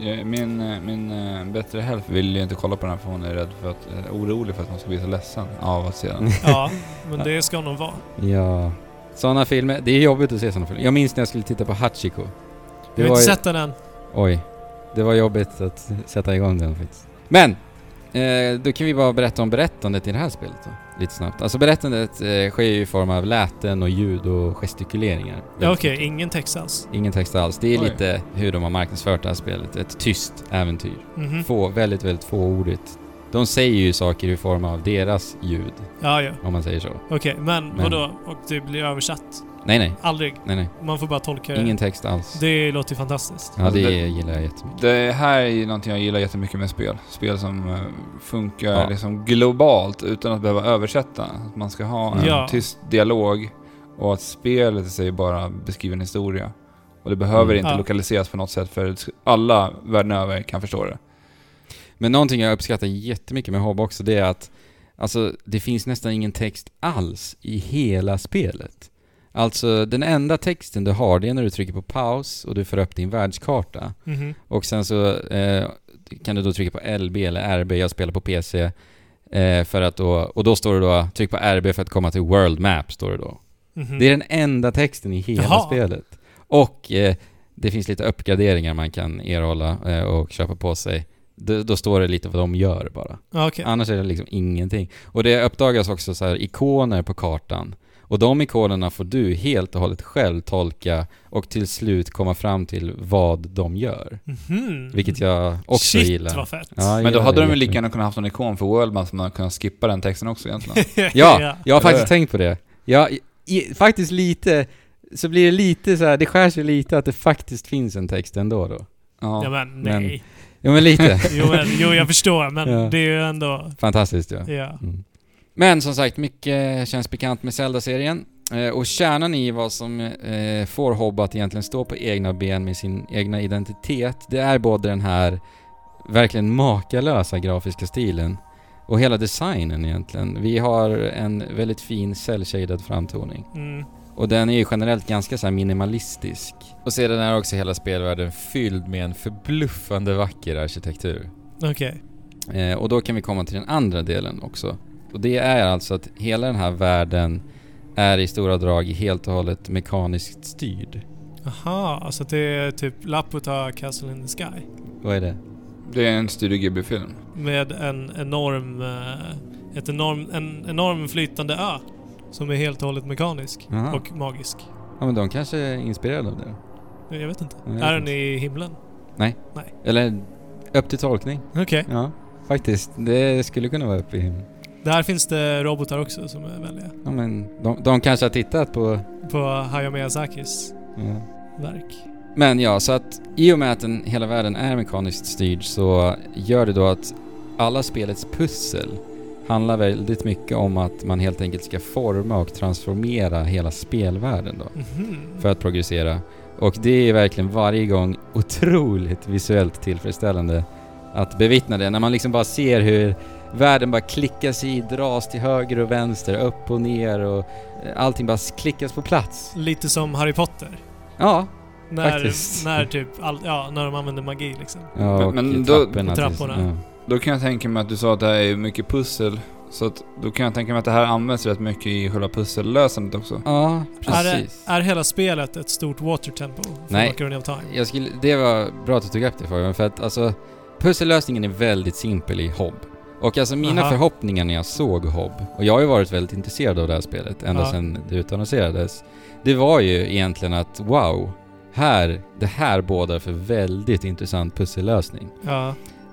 Min bättre hälft vill ju inte kolla på den här för hon är rädd för att, orolig för att hon ska bli så ledsen av att se den. Ja, men det ska nog vara. Ja. Sådana filmer, det är jobbigt att se sådana filmer. Jag minns när jag skulle titta på Hachiko. Jag har inte sett den än. Oj, det var jobbigt att sätta igång den faktiskt. Men, då kan vi bara berätta om berättandet i det här spelet då, lite snabbt. Alltså berättandet sker ju i form av läten och ljud och gestikuleringar. Ja, okej, ingen text alls. Ingen text alls. Det är lite hur de har marknadsfört det här spelet. Ett tyst äventyr. Mm-hmm. Väldigt, väldigt fåordigt. De säger ju saker i form av deras ljud. Ja. Om man säger så. Okej, men vadå? Och det blir översatt? Nej. Aldrig? Nej. Man får bara tolka. Ingen text alls. Det låter ju fantastiskt. Ja, det gillar jag jättemycket. Det här är någonting jag gillar jättemycket med spel. Spel som funkar liksom globalt utan att behöva översätta. Att man ska ha en tyst dialog och att spelet i sig bara beskriver en historia. Och det behöver inte lokaliseras på något sätt för alla världen över kan förstå det. Men någonting jag uppskattar jättemycket med Hob också, det är att alltså, det finns nästan ingen text alls i hela spelet. Alltså den enda texten du har, det är när du trycker på paus och du får upp din världskarta. Mm-hmm. Och sen så kan du då trycka på LB eller RB, jag spelar på PC. För att då står det då, tryck på RB för att komma till World Map, står det då. Mm-hmm. Det är den enda texten i hela spelet. Och det finns lite uppgraderingar man kan erhålla och köpa på sig. Då står det lite vad de gör bara. Okay. Annars är det liksom ingenting. Och det uppdagas också så här ikoner på kartan. Och de ikonerna får du helt och hållet själv tolka och till slut komma fram till vad de gör. Mm-hmm. Vilket jag också gillar. Shit, vad fett. Ja, men då hade de väl lika gärna kunnat haft en ikon för World Map som man kunde skippa den texten också egentligen. Jag har faktiskt tänkt på det. faktiskt lite, så blir det lite så här, det skär sig lite att det faktiskt finns en text ändå då. Ja men nej. Jo men lite. jo jag förstår, men det är ju ändå... Fantastiskt ja. Mm. Men som sagt, mycket känns bekant med Zelda-serien. Och kärnan i vad som får Hobb att egentligen stå på egna ben med sin egna identitet, det är både den här verkligen makalösa grafiska stilen och hela designen egentligen. Vi har en väldigt fin cell-shaded framtoning. Och den är ju generellt ganska så här minimalistisk. Och sedan är också hela spelvärlden fylld med en förbluffande vacker arkitektur. Okej. Och då kan vi komma till den andra delen också. Och det är alltså att hela den här världen är i stora drag helt och hållet mekaniskt styrd. Aha, alltså det är typ Laputa Castle in the Sky. Vad är det? Det är en Studio Ghibli-film. Med en enorm flytande ö som är helt och hållet mekanisk. Aha. Och magisk. Ja, men de kanske är inspirerade av det. Jag vet inte. Är den i himlen? Nej. Eller upp till tolkning. Okej. Ja, faktiskt. Det skulle kunna vara upp i himlen. Där finns det robotar också som är väldiga. Ja, men de kanske har tittat på Hayao Miyazakis verk. Men ja, så att i och med att hela världen är mekaniskt styrd så gör det då att alla spelets pussel handlar väldigt mycket om att man helt enkelt ska forma och transformera hela spelvärlden då. För att progressera. Och det är verkligen varje gång otroligt visuellt tillfredsställande att bevittna det. När man liksom bara ser hur världen bara klickas i, dras till höger och vänster, upp och ner och allting bara klickas på plats. Lite som Harry Potter. Ja, när typ när de använder magi liksom. Ja, men trapporna. Då kan jag tänka mig att du sa att det här är mycket pussel. Så att då kan jag tänka mig att det här används rätt mycket i själva pussellösandet också. Ja, precis. Är hela spelet ett stort water temple? Nej, det var bra att du tog upp det för att alltså pussellösningen är väldigt simpel i Hobb. Och alltså mina förhoppningar när jag såg Hobb, och jag har ju varit väldigt intresserad av det här spelet ända sedan det utannonserades, det var ju egentligen att wow, det här bådar för väldigt intressant pussellösning. Ja.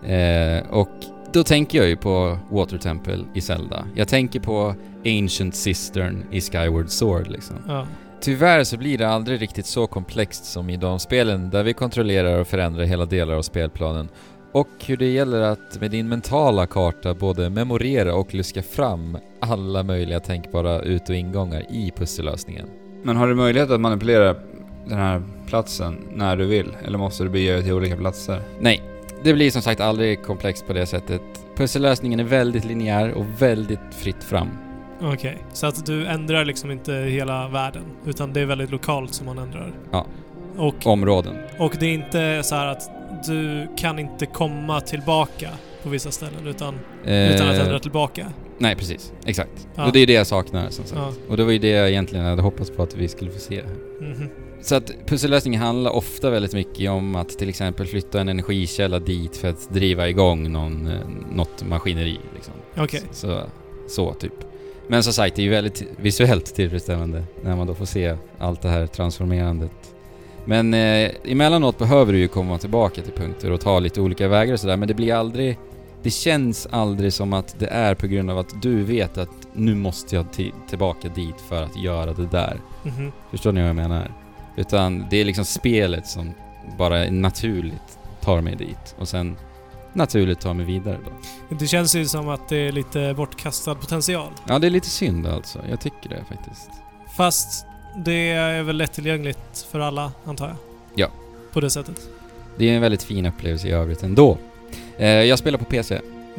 Och då tänker jag ju på Water Temple i Zelda. Jag tänker på Ancient Cistern i Skyward Sword liksom. Ja. Tyvärr så blir det aldrig riktigt så komplext som i de spelen där vi kontrollerar och förändrar hela delar av spelplanen. Och hur det gäller att med din mentala karta både memorera och luska fram alla möjliga tänkbara ut- och ingångar i pussellösningen. Men har du möjlighet att manipulera den här platsen när du vill? Eller måste du bege dig till olika platser? Nej, det blir som sagt aldrig komplext på det sättet. Pussellösningen är väldigt linjär och väldigt fritt fram. Okej, så att du ändrar liksom inte hela världen, utan det är väldigt lokalt som man ändrar. Ja, och områden. Och det är inte så här att du kan inte komma tillbaka på vissa ställen utan att ändra tillbaka. Nej, precis. Exakt. Ja. Och det är det jag saknar som sagt. Ja. Och det var ju det jag egentligen hade hoppats på att vi skulle få se här. Så att pussellösningen handlar ofta väldigt mycket om att till exempel flytta en energikälla dit för att driva igång något maskineri liksom. Okej. Så typ. Men som sagt, det är ju väldigt visuellt tillfredsställande när man då får se allt det här transformerandet. Men emellanåt behöver du ju komma tillbaka till punkter och ta lite olika vägar och sådär. Men det känns aldrig som att det är på grund av att du vet att nu måste jag tillbaka dit för att göra det där. Förstår ni vad jag menar? Utan det är liksom spelet som bara naturligt tar mig dit. Och sen naturligt tar mig vidare då. Det känns ju som att det är lite bortkastad potential. Ja, det är lite synd alltså. Jag tycker det faktiskt. Fast det är väl lättillgängligt för alla, antar jag. Ja. På det sättet. Det är en väldigt fin upplevelse i övrigt ändå. Jag spelar på PC.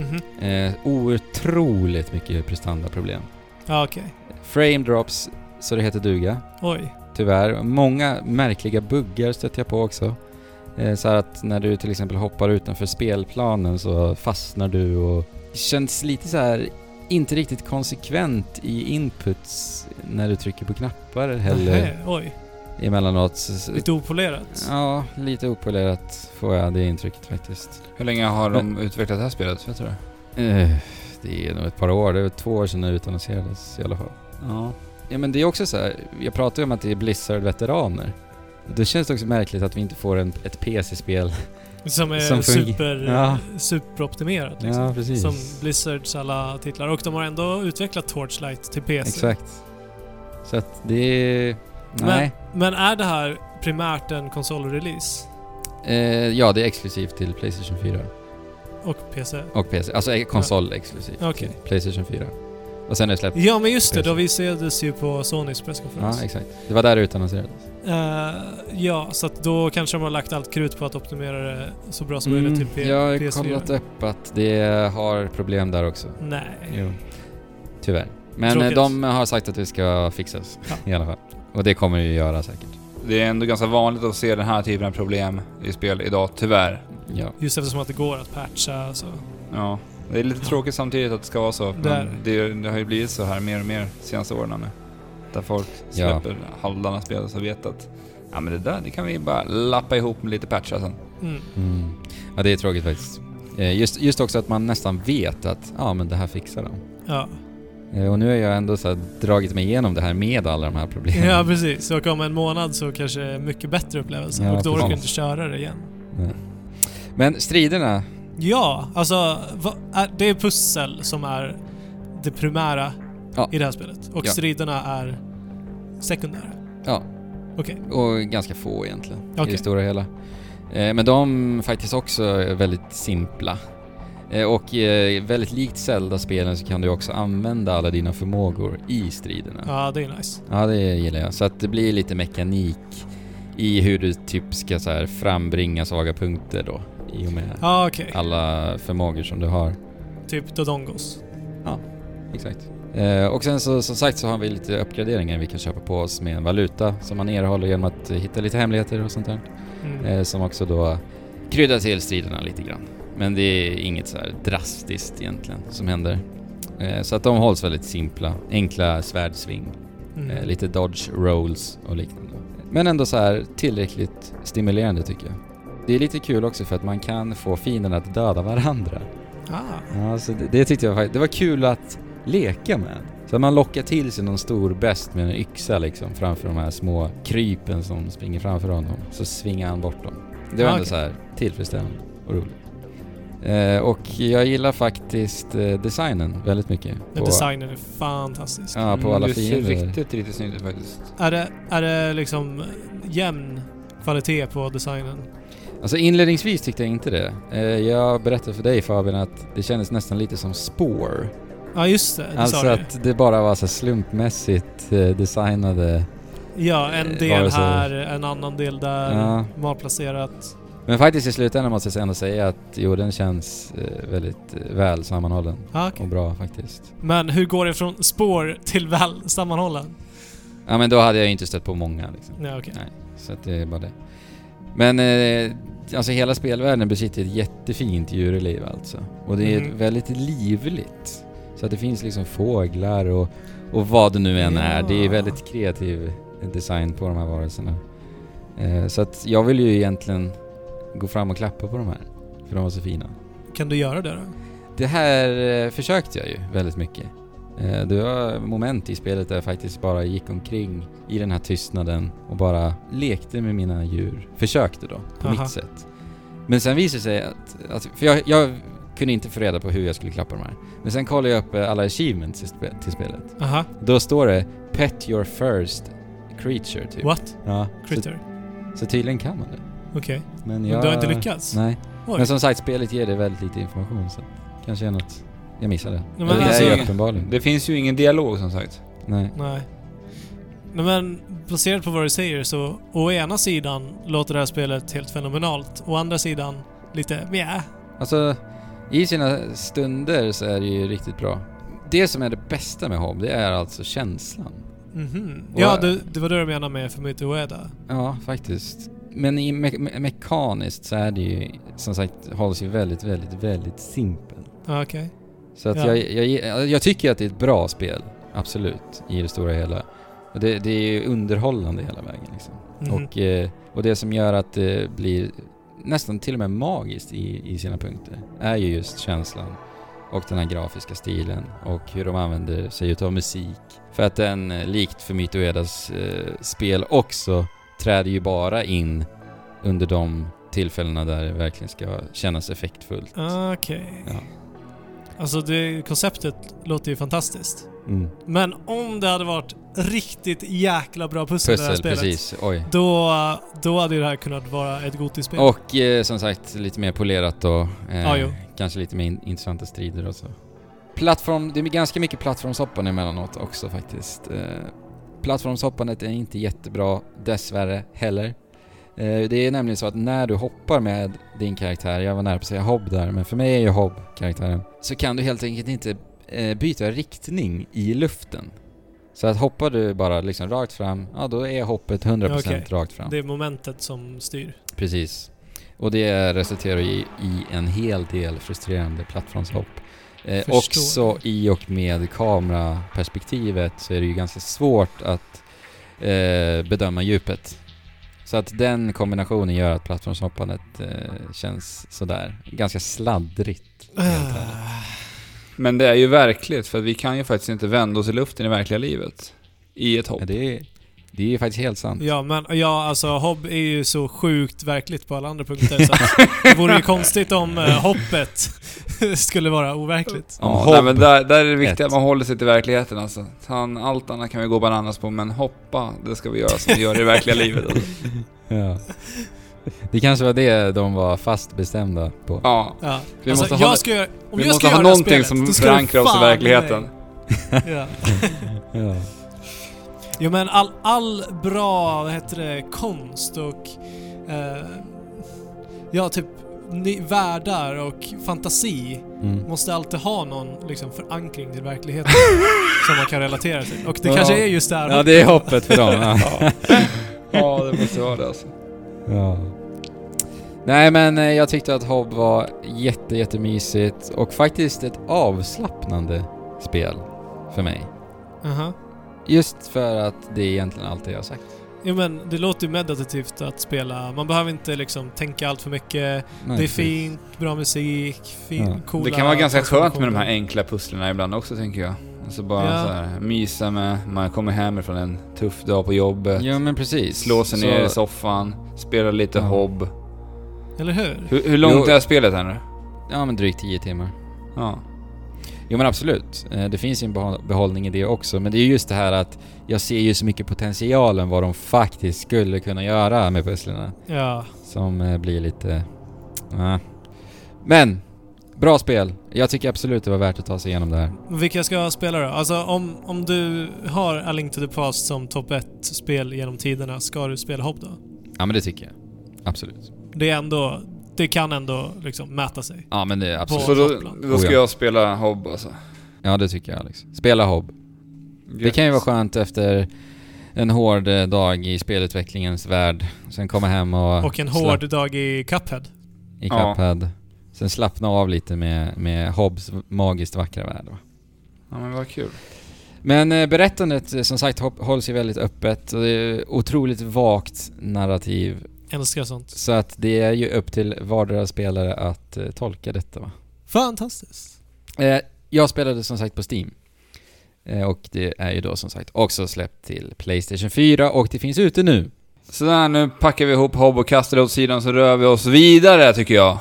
Otroligt mycket prestandaproblem. Ja, okej. Frame drops så det heter duga. Oj. Tyvärr. Många märkliga buggar stöter jag på också. Så att när du till exempel hoppar utanför spelplanen så fastnar du och det känns lite så här inte riktigt konsekvent i inputs när du trycker på knappar heller. Oj. Emellanåt. Lite opolerat. Ja, lite opolerat får jag det intrycket faktiskt. Hur länge har de utvecklat det här spelet, vet du det? Det är nog ett par år. Det är 2 år sedan det utannonserades i alla fall. Ja, men det är också så här, jag pratar ju om att det är Blizzard-veteraner. Det känns också märkligt att vi inte får ett PC-spel som är superoptimerat liksom. Ja, precis. Som Blizzards alla titlar. Och de har ändå utvecklat Torchlight till PC. Exakt. Så att det är... Nej. Men är det här primärt en konsolrelease? Ja, det är exklusivt till PlayStation 4. Och PC? Och PC. Alltså konsol exklusivt till PlayStation 4. Och sen är det släppt. Ja, men just det. Då visades ju på Sonys presskonferens. Ja, exakt. Det var där utannonserades. Ja, så att då kanske de har lagt allt krut på att optimera det så bra som möjligt till PS4. Jag har kollat upp att det har problem där också. Nej. Jo. Tyvärr. Men Tråkigt. De har sagt att det ska fixas i alla fall. Och det kommer ju göra säkert. Det är ändå ganska vanligt att se den här typen av problem i spel idag, tyvärr. Ja. Just eftersom att det går att patcha så. Ja, det är lite tråkigt samtidigt att det ska vara så. Men det har ju blivit så här mer och mer senaste åren nu. Där folk släpper halvdana spel så vet att ja, men det kan vi bara lappa ihop med lite patchar sen. Ja, det är tråkigt faktiskt. Just också att man nästan vet att men det här fixar de. Ja. Och nu har jag ändå så här dragit mig igenom det här med alla de här problemen. Ja, precis. Så om en månad så kanske mycket bättre upplevelse. Ja, och då orkar du inte köra det igen. Nej. Men striderna... Ja, alltså det är pussel som är det primära i det här spelet. Och striderna är sekundära. Ja. Okej. Och ganska få egentligen i det stora hela. Men de faktiskt också är väldigt simpla. Och väldigt likt Zelda-spelen så kan du också använda alla dina förmågor i striderna. Ja, det är nice. Ja, det gillar jag. Så att det blir lite mekanik i hur du typ ska så här frambringa svaga punkter då. I och med alla förmågor som du har. Typ Dodongos. Ja, exakt. Och sen så som sagt så har vi lite uppgraderingar vi kan köpa på oss med en valuta som man erhåller genom att hitta lite hemligheter och sånt där. Som också då kryddar till striderna lite grann. Men det är inget så här drastiskt egentligen som händer. Så att de hålls väldigt simpla. Enkla svärdsving. Lite dodge rolls och liknande. Men ändå så här tillräckligt stimulerande tycker jag. Det är lite kul också för att man kan få fienderna att döda varandra. Ja, så det tyckte jag faktiskt. Det var kul att leka med. Så att man lockar till sig någon stor bäst med en yxa liksom framför de här små krypen som springer framför honom. Så svingar han bort dem. Det var ändå så här tillfredsställande och roligt. Och jag gillar faktiskt designen väldigt mycket. Designen är fantastisk. Ja, på alla fiender. Det ser riktigt snyggt faktiskt. Är det liksom jämn kvalitet på designen? Alltså inledningsvis tyckte jag inte det. Jag berättade för dig Fabian att det kändes nästan lite som Spore. Ja, just det. Alltså att det bara var så slumpmässigt designade. Ja, en del här, en annan del där, malplacerat. Men faktiskt i slutändan måste jag ändå säga att den känns väldigt väl sammanhållen och bra faktiskt. Men hur går det från spår till väl sammanhållen? Ja, men då hade jag inte stött på många liksom. Ja, okej. Nej, så att det är bara det. Men alltså hela spelvärlden besitter ett jättefint djurliv alltså. Och det är väldigt livligt. Så att det finns liksom fåglar och vad det nu än är. Det är väldigt kreativ design på de här varelserna. Så att jag vill ju egentligen gå fram och klappa på de här. För de var så fina. Kan du göra det då? Det här försökte jag ju väldigt mycket. Det var moment i spelet där jag faktiskt bara gick omkring i den här tystnaden och bara lekte med mina djur. Försökte då, på mitt sätt. Men sen visade det sig att för jag kunde inte få reda på hur jag skulle klappa de här. Men sen kollade jag upp alla achievements till spelet. Då står det Pet your first creature typ. What? Ja. Creature? Så tydligen kan man det. Okej. Men du har inte lyckats? Nej. Oj. Men som sagt, spelet ger det väldigt lite information så kanske är något jag missade. Men alltså, det är uppenbarligen. Det finns ju ingen dialog som sagt. Nej. Men baserat på vad du säger så å ena sidan låter det här spelet helt fenomenalt. Å andra sidan lite Alltså i sina stunder så är det ju riktigt bra. Det som är det bästa med Hob, det är alltså känslan. Ja, det var det du menade med Fumito Ueda. Ja, faktiskt. Men i mekaniskt så är det ju som sagt hålls ju väldigt, väldigt, väldigt simpelt. Okej. Så att jag tycker att det är ett bra spel, absolut, i det stora hela. Och det är ju underhållande hela vägen liksom. Och det som gör att det blir nästan till och med magiskt i sina punkter är ju just känslan och den här grafiska stilen och hur de använder sig utav musik. För att den, likt Fumito Uedas spel också, träder ju bara in under de tillfällena där det verkligen ska kännas effektfullt. Okej. Ja. Alltså konceptet låter ju fantastiskt. Men om det hade varit riktigt jäkla bra pussel i det här spelet. Precis. Oj. Då hade det här kunnat vara ett GOTY-spel. Och som sagt lite mer polerat och kanske lite mer intressanta strider och så. Det är ganska mycket plattformshoppande emellanåt också faktiskt. Plattformshoppandet är inte jättebra dessvärre heller. Det är nämligen så att när du hoppar med din karaktär, jag var nära på att säga Hobb där, men för mig är ju Hobb karaktären, så kan du helt enkelt inte byta riktning i luften. Så att hoppar du bara liksom rakt fram, då är hoppet 100% rakt fram. Det är momentet som styr. Precis. Och det resulterar i en hel del frustrerande plattformshopp. Också i och med kameraperspektivet så är det ju ganska svårt att bedöma djupet. Så att den kombinationen gör att plattformshoppandet känns sådär ganska sladdrigt. Men det är ju verkligt, för vi kan ju faktiskt inte vända oss i luften i verkliga livet i ett hopp. Ja, det är ju faktiskt helt sant. Ja, men alltså Hobb är ju så sjukt verkligt på alla andra punkter så att det vore ju konstigt om hoppet skulle vara overkligt. Ja, men där är det viktigt att man håller sig till verkligheten alltså. Allt annat kan vi gå bananas på, men hoppa, det ska vi göra som vi gör i verkliga livet. Alltså. Ja. Det kanske var det de var fast bestämda på. Ja. Vi måste ha någonting som förankrar oss i verkligheten. Ja. Jo, men all bra konst och typ världar och fantasi måste alltid ha någon liksom förankring till verkligheten som man kan relatera till. Och det kanske är just där. Ja, det är hoppet för dem. Ja, det måste vara det alltså. Ja. Nej, men jag tyckte att Hobb var jättemysigt och faktiskt ett avslappnande spel för mig. Just för att det är egentligen allt det jag har sagt. Jo, men det låter ju meditativt att spela. Man behöver inte liksom tänka allt för mycket. Nej, det är fint, bra musik, coola. Det kan vara ganska skönt med de här enkla pusslerna ibland också, tänker jag. Alltså bara så här, mysa med, man kommer hem från en tuff dag på jobbet. Ja, men precis. Slå sig ner i soffan, spela lite Hobb. Eller hur? Hur långt är spelet här nu? Ja, men drygt 10 timmar. Ja. Jo, men absolut. Det finns ju en behållning i det också. Men det är just det här att jag ser ju så mycket potentialen vad de faktiskt skulle kunna göra med pusslerna. Ja. Som blir lite... Men, bra spel. Jag tycker absolut det var värt att ta sig igenom det här. Vilka ska spela då? Alltså om du har A Link to the Past som topp 1-spel genom tiderna, ska du spela Hobb då? Ja, men det tycker jag. Absolut. Det kan ändå liksom mäta sig. Ja, men det är absolut. Så då ska jag spela Hobb alltså. Ja, det tycker jag, Alex. Spela Hobb. Det kan ju vara skönt efter en hård dag i spelutvecklingens värld. Sen komma hem och en hård dag i Cuphead. I Cuphead. Sen slappna av lite med Hobbs magiskt vackra värld. Va? Ja, men vad kul. Men berättandet, som sagt, hålls ju väldigt öppet. Och det är otroligt vagt narrativ. Älskar sånt. Så att det är ju upp till vardera spelare att tolka detta, va? Fantastiskt. Jag spelade som sagt på Steam. Och det är ju då som sagt också släppt till PlayStation 4 och det finns ute nu. Så där, nu packar vi ihop Hobb och kastar det åt sidan så rör vi oss vidare, tycker jag.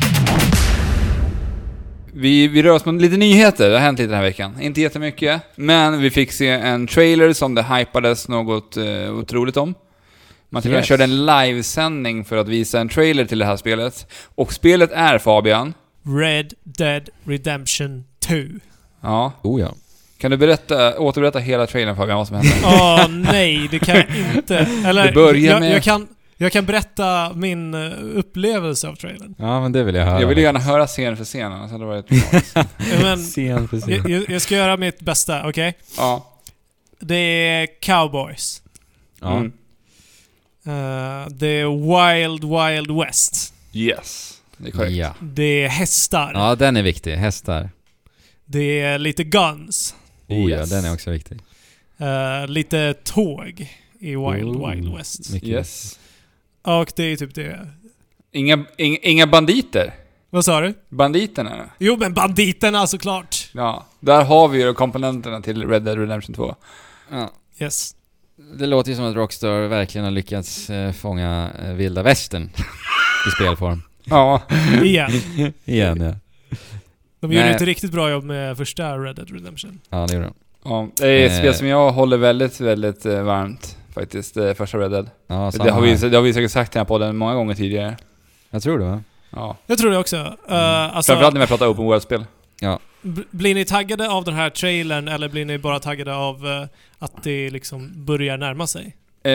Vi rör oss med lite nyheter, det har hänt lite den här veckan. Inte jättemycket, men vi fick se en trailer som det hypades något otroligt om. Man till och med körde en livesändning för att visa en trailer till det här spelet. Och spelet är, Fabian, Red Dead Redemption 2. Ja. Oh ja. Kan du återberätta hela trailern, Fabian, vad som hände? Nej, det kan jag inte. Eller det börjar med... jag kan berätta min upplevelse av trailern. Ja, men det vill jag höra. Jag vill gärna höra scen för scen, annars hade det varit bra. Scen för scen. Jag ska göra mitt bästa, okej? Ja. Det är cowboys. Ja. Det är Wild West. Yes, det är korrekt. Ja. Det är hästar. Ja, den är viktig. Hästar. Det är lite guns. Ja, den är också viktig. Lite tåg i Wild West. Yes. Och det är typ det. Inga banditer. Vad sa du? Banditerna. Jo, men banditerna såklart. Ja, där har vi ju komponenterna till Red Dead Redemption 2. Ja. Yes. Det låter ju som att Rockstar verkligen har lyckats fånga vilda västern i spelform. Ja. Igen, ja. De gjorde inte riktigt bra jobb med första Red Dead Redemption. Ja, det gjorde de. Ja, det är ett spel som jag håller väldigt, väldigt varmt faktiskt, första Red Dead. Ja, det har vi säkert sagt här på den många gånger tidigare. Jag tror det, va? Ja. Jag tror det också. Alltså, framförallt när vi pratar open world-spel. Ja. Blir ni taggade av den här trailern eller blir ni bara taggade av att det liksom börjar närma sig?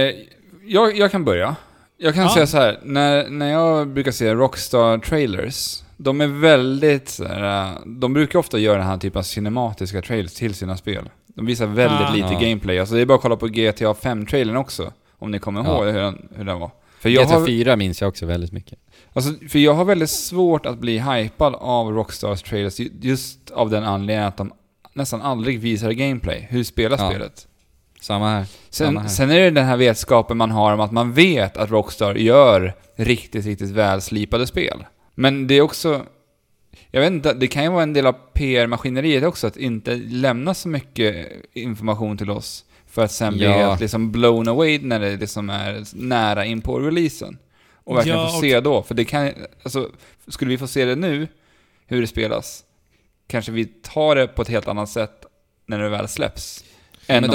Jag kan börja. Jag kan säga så här, när jag brukar se Rockstar-trailers, de är väldigt så här, de brukar ofta göra den här typen av cinematiska trailers till sina spel. De visar väldigt lite gameplay. Alltså det är bara att kolla på GTA 5-trailern också, om ni kommer ihåg hur den var. För GTA 4 minns jag också väldigt mycket. Alltså, för jag har väldigt svårt att bli hypad av Rockstars trailers just av den anledningen att de nästan aldrig visar gameplay. Hur spelar spelet? Samma här. Sen är det den här vetskapen man har om att man vet att Rockstar gör riktigt, riktigt välslipade spel. Men det är också... Jag vet inte, det kan ju vara en del av PR-maskineriet också att inte lämna så mycket information till oss för att sen bli helt liksom blown away när det liksom är nära in på releasen. Och verkligen få se då. För det kan, alltså, skulle vi få se det nu, hur det spelas, kanske vi tar det på ett helt annat sätt när det väl släpps. Men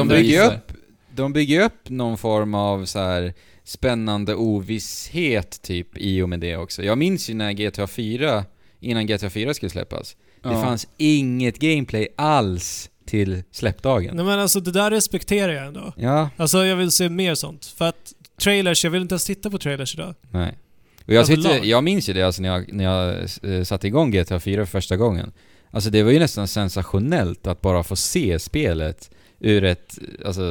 de bygger upp någon form av så här spännande ovisshet typ i och med det också. Jag minns ju när GTA 4, innan GTA 4 skulle släppas, det fanns inget gameplay alls till släppdagen. Nej, men alltså det där respekterar jag ändå. Ja. Alltså jag vill se mer sånt. För att trailers, jag vill inte ens titta på trailers idag. Nej. Och jag minns ju det alltså när jag satte igång GTA 4 för första gången. Alltså det var ju nästan sensationellt att bara få se spelet ur ett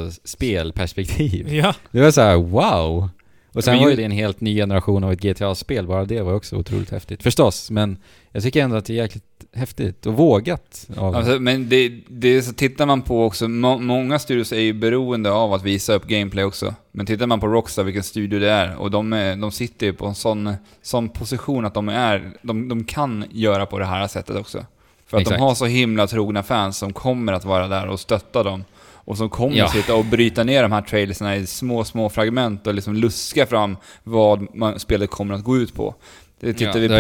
spelperspektiv. Ja. Det var så här, wow. Och sen var ju det en helt ny generation av ett GTA-spel. Bara det var också otroligt häftigt. Förstås, men jag tycker ändå att det är jäkligt häftigt och vågat. Alltså, men det så tittar man på också, många studios är ju beroende av att visa upp gameplay också. Men tittar man på Rockstar, vilken studio det är, och de sitter ju på en sån position att de kan göra på det här sättet också. För att de har så himla trogna fans som kommer att vara där och stötta dem. Och som kommer att sitta och bryta ner de här trailersna i små fragment och liksom luska fram vad spelet kommer att gå ut på. Det tittar vi på.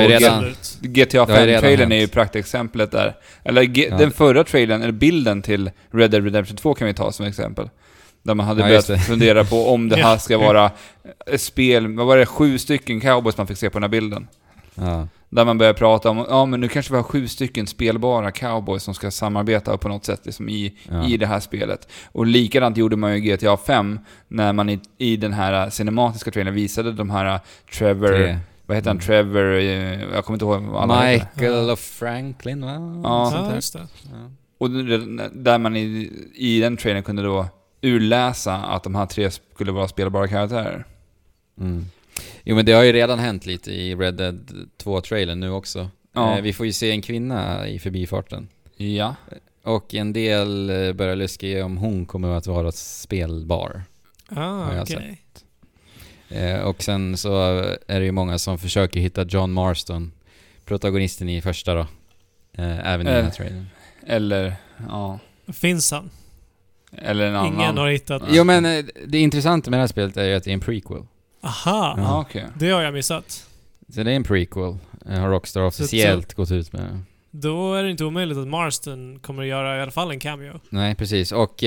GTA 5-trailern är ju praktexemplet där. Eller den förra trailern, eller bilden till Red Dead Redemption 2 kan vi ta som exempel. Där man hade börjat fundera på om det här ska vara ett spel. Vad var det? 7 stycken cowboys man fick se på den här bilden. Ja. Där man börjar prata om, men nu kanske vi har 7 stycken spelbara cowboys som ska samarbeta på något sätt liksom i det här spelet. Och likadant gjorde man ju GTA 5 när man i den här cinematiska trailern visade de här Trevor... Vad heter han? Trevor... Jag kommer inte ihåg vad alla Michael och Franklin, va? Ja, just det. Ja. Och där man i den trailern kunde då urläsa att de här 3 skulle vara spelbara karaktärer. Mm. Jo, men det har ju redan hänt lite i Red Dead 2-trailern nu också. Vi får ju se en kvinna i förbifarten. Ja. Och en del börjar luska i om hon kommer att vara spelbar. Okej. Och sen så är det ju många som försöker hitta John Marston, protagonisten i första då. Även i den här trailern. Eller, Finns han? Eller en annan. Ingen har hittat. Jo, men det intressanta med det här spelet är ju att det är en prequel. Aha, okay. Det har jag missat. Så det är en prequel. Har Rockstar officiellt gått ut med. Då är det inte omöjligt att Marston kommer att göra i alla fall en cameo. Nej, precis. Och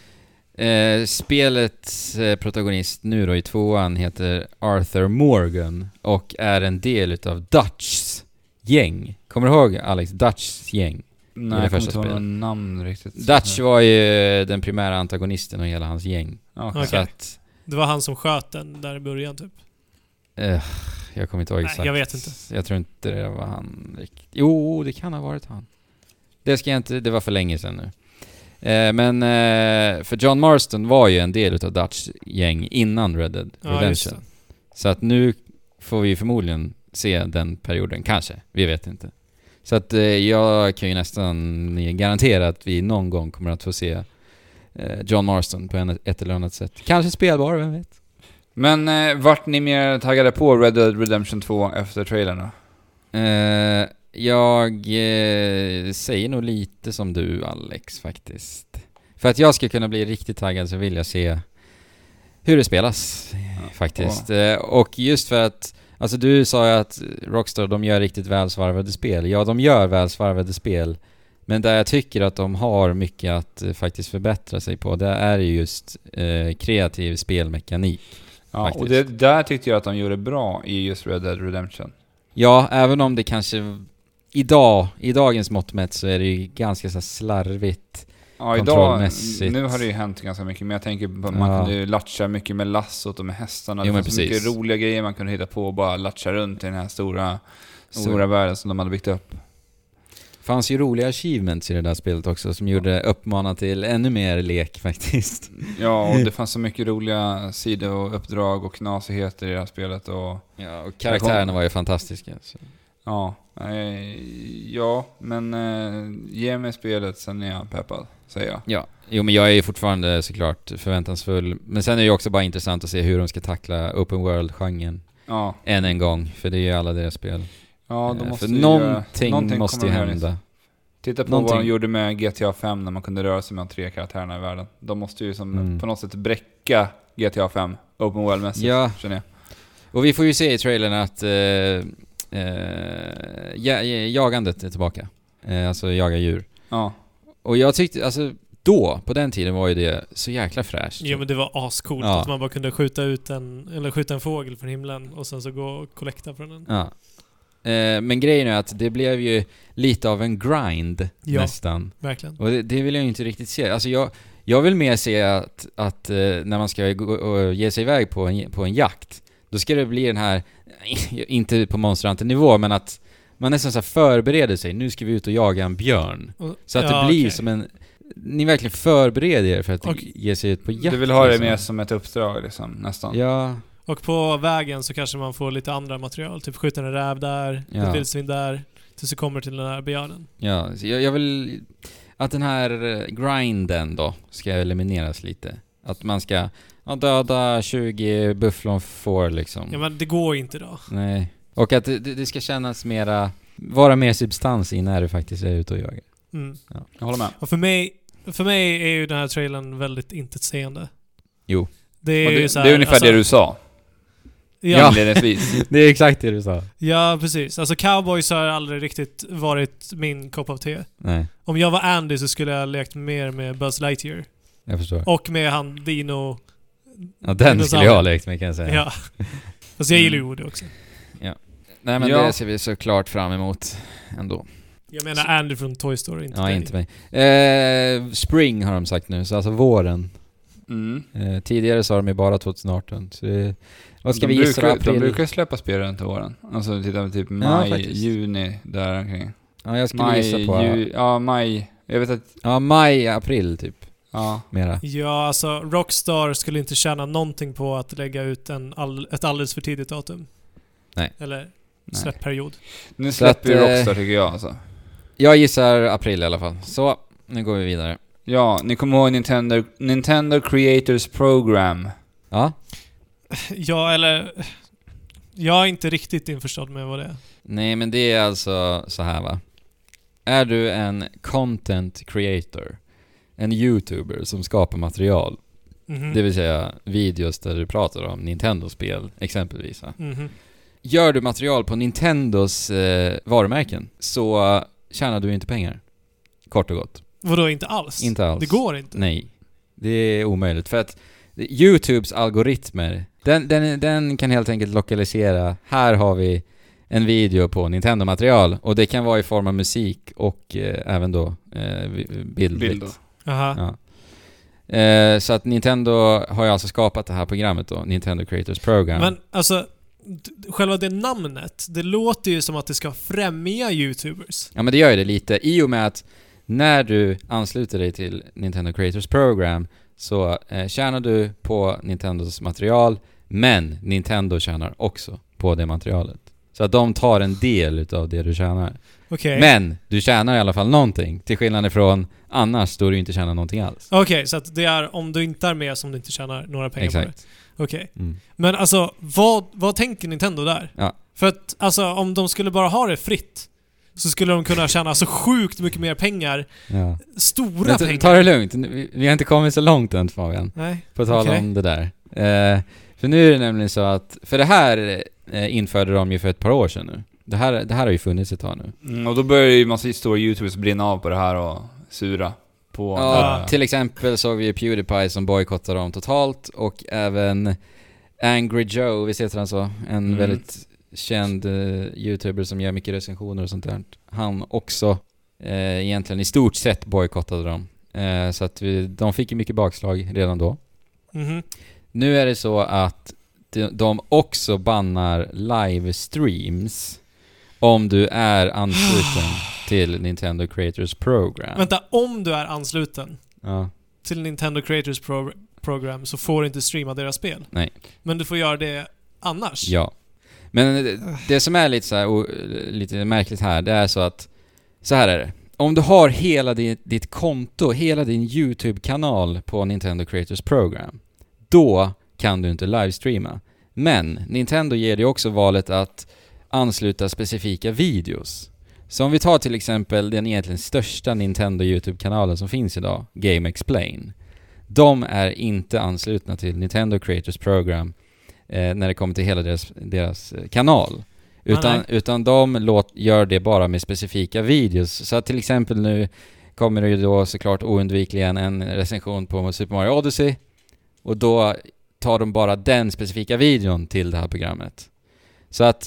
spelets protagonist nu då i 2:an heter Arthur Morgan och är en del utav Dutchs gäng. Kommer du ihåg, Alex? Dutchs gäng? Nej, jag kommer inte ihåg någon namn riktigt. Dutch var ju den primära antagonisten och hela hans gäng. Okay. Så att det var han som sköt den där i början typ. Jag kommer inte ihåg exakt. Nej, jag vet inte. Jag tror inte det var han. Jo, det kan ha varit han. Det var för länge sedan nu. Men för John Marston var ju en del utav Dutch gäng innan Red Dead Redemption. Så att nu får vi förmodligen se den perioden, kanske. Vi vet inte. Så att jag kan ju nästan garantera att vi någon gång kommer att få se John Marston på ett eller annat sätt. Kanske spelbar, vem vet. Men vart ni mer taggade på Red Dead Redemption 2 efter trailern då? Jag säger nog lite som du, Alex, faktiskt. För att jag ska kunna bli riktigt taggad så vill jag se hur det spelas, faktiskt. Och just för att Alltså du sa ju att Rockstar, de gör riktigt välsvarvade spel. Ja, de gör välsvarvade spel. Men där jag tycker att de har mycket att faktiskt förbättra sig på, det är ju just kreativ spelmekanik. Ja, faktiskt. och det där tyckte jag att de gjorde bra i just Red Dead Redemption. Ja, även om det kanske i dagens mått mätt så är det ju ganska så slarvigt. Ja, idag, nu har det ju hänt ganska mycket, men jag tänker på att man kunde latcha mycket med lassot och med hästarna. Det var så mycket roliga grejer man kunde hitta på och bara latcha runt i den här stora världen som de hade byggt upp. Det fanns ju roliga achievements i det där spelet också som gjorde uppmana till ännu mer lek faktiskt. Ja, och det fanns så mycket roliga sidouppdrag och knasigheter i det här spelet. Och karaktärerna var ju fantastiska. Så. Ja, men ge mig spelet, sen är jag peppad, säger jag. Ja, jo, men jag är ju fortfarande såklart förväntansfull. Men sen är det ju också bara intressant att se hur de ska tackla open world-genren än en gång. För det är ju alla deras spel. Ja, de måste någonting måste ju hända. Titta på vad de gjorde med GTA 5 när man kunde röra sig med de 3 karaktärerna i världen. De måste ju på något sätt bräcka GTA 5 open world-mässigt, känner jag. Och vi får ju se i trailern att jagandet är tillbaka. Alltså jaga djur. Ja. Och jag tyckte, alltså på den tiden var ju det så jäkla fräscht. Ja, men det var ascoolt att man bara kunde skjuta en fågel från himlen och sen så gå och kollekta från den. Ja. Men grejen är att det blev ju lite av en grind nästan. Verkligen. Och det vill jag ju inte riktigt se. Alltså jag vill mer se att när man ska ge sig iväg på en jakt, då ska det bli den här, inte på Monster Hunter-nivå, men att man nästan så här förbereder sig. Nu ska vi ut och jaga en björn. Så att det blir som en... Ni verkligen förbereder er för att ge sig ut på jakt. Du vill ha det mer som ett uppdrag liksom, nästan. Ja. Och på vägen så kanske man får lite andra material. Typ skjuta en räv där, ett vildsvin där, tills du kommer till den här björnen. Ja, så jag vill att den här grinden då ska elimineras lite. Att man ska döda 20 bufflon får liksom. Ja, men det går inte då. Nej. Och att det ska kännas vara mer substans i när du faktiskt är ute och jagar. Ja. Jag håller med. Och för mig är ju den här trailern väldigt intetsägande. Jo. Det är ungefär det du sa. Ja. Inledningsvis. Det är exakt det du sa. Ja, precis. Alltså Cowboys har aldrig riktigt varit min kopp av te. Nej. Om jag var Andy så skulle jag lekt mer med Buzz Lightyear. Jag förstår. Och med han Dino. Ja, den skulle jag ha lekt med, kan jag säga. Ja. Fast jag gillar ju Woody också. Ja. Nej, men det ser vi såklart fram emot ändå. Jag menar Andy från Toy Story, inte dig. Inte mig. Spring har de sagt nu, så alltså våren. Tidigare sa de ju bara 2018. Så vad ska vi gissa? De brukar släppa spel runt våren. Alltså typ maj, juni där omkring. Ja, jag skulle gissa på... maj. Jag vet att... Ja, maj, april typ. Ja. Mera. Ja, alltså Rockstar skulle inte tjäna någonting på att lägga ut ett alldeles för tidigt datum. Nej. Eller släppperiod. Nu släpper ju Rockstar, tycker jag alltså. Jag gissar april i alla fall. Så, nu går vi vidare. Ja, ni kommer ihåg Nintendo Creators Program. Ja. Ja, eller... Jag är inte riktigt införstådd med vad det är. Nej, men det är alltså så här, va? Är du en content creator, en YouTuber som skapar material, det vill säga videos där du pratar om Nintendo-spel exempelvis, va? Gör du material på Nintendos varumärken så tjänar du inte pengar. Kort och gott. Vadå, inte alls? Inte alls. Det går inte? Nej. Det är omöjligt. För att YouTubes algoritmer, den kan helt enkelt lokalisera. Här har vi en video på Nintendo-material. Och det kan vara i form av musik och även då bildligt. Aha. Ja. Så att Nintendo har ju alltså skapat det här programmet då. Nintendo Creators Program. Men alltså... Själva det namnet, det låter ju som att det ska främja YouTubers. Ja, men det gör ju det lite. I och med att när du ansluter dig till Nintendo Creators Program så tjänar du på Nintendos material, men Nintendo tjänar också på det materialet. Så att de tar en del utav det du tjänar. Okay. Men du tjänar i alla fall någonting, till skillnad ifrån annars då du inte tjänar någonting alls. Okej, så att det är om du inte är med som du inte tjänar några pengar på det. Okej. Mm. Men alltså, vad tänker Nintendo där? Ja. För att alltså, om de skulle bara ha det fritt så skulle de kunna tjäna så sjukt mycket mer pengar. Ja. Stora pengar. Ta det lugnt. Vi har inte kommit så långt än, Fabian. Nej. På tal om det där. För nu är det nämligen så att... För det här införde de ju för ett par år sedan nu. Det här har ju funnits ett tag nu. Och då börjar ju massa stora YouTubers brinna av på det här och sura på... Ja, till exempel såg vi PewDiePie som bojkottade dem totalt, och även Angry Joe, visst heter han så? En väldigt känd YouTuber som gör mycket recensioner och sånt där. Han också egentligen i stort sett bojkottade dem. Så att de fick ju mycket bakslag redan då. Nu är det så att de också bannar livestreams om du är ansluten till Nintendo Creators Program. Vänta, om du är ansluten till Nintendo Creators Program så får du inte streama deras spel. Nej. Men du får göra det annars. Ja. Men det som är lite så här, lite märkligt här, det är så att så här är det. Om du har hela ditt konto, hela din YouTube-kanal på Nintendo Creators Program, då kan du inte livestreama. Men Nintendo ger dig också valet att ansluta specifika videos. Så om vi tar till exempel den egentligen största Nintendo YouTube-kanalen som finns idag, Game Explain. De är inte anslutna till Nintendo Creators Program när det kommer till hela deras kanal. Utan de gör det bara med specifika videos. Så att till exempel nu kommer det ju då såklart oundvikligen en recension på Super Mario Odyssey. Och då tar de bara den specifika videon till det här programmet. Så att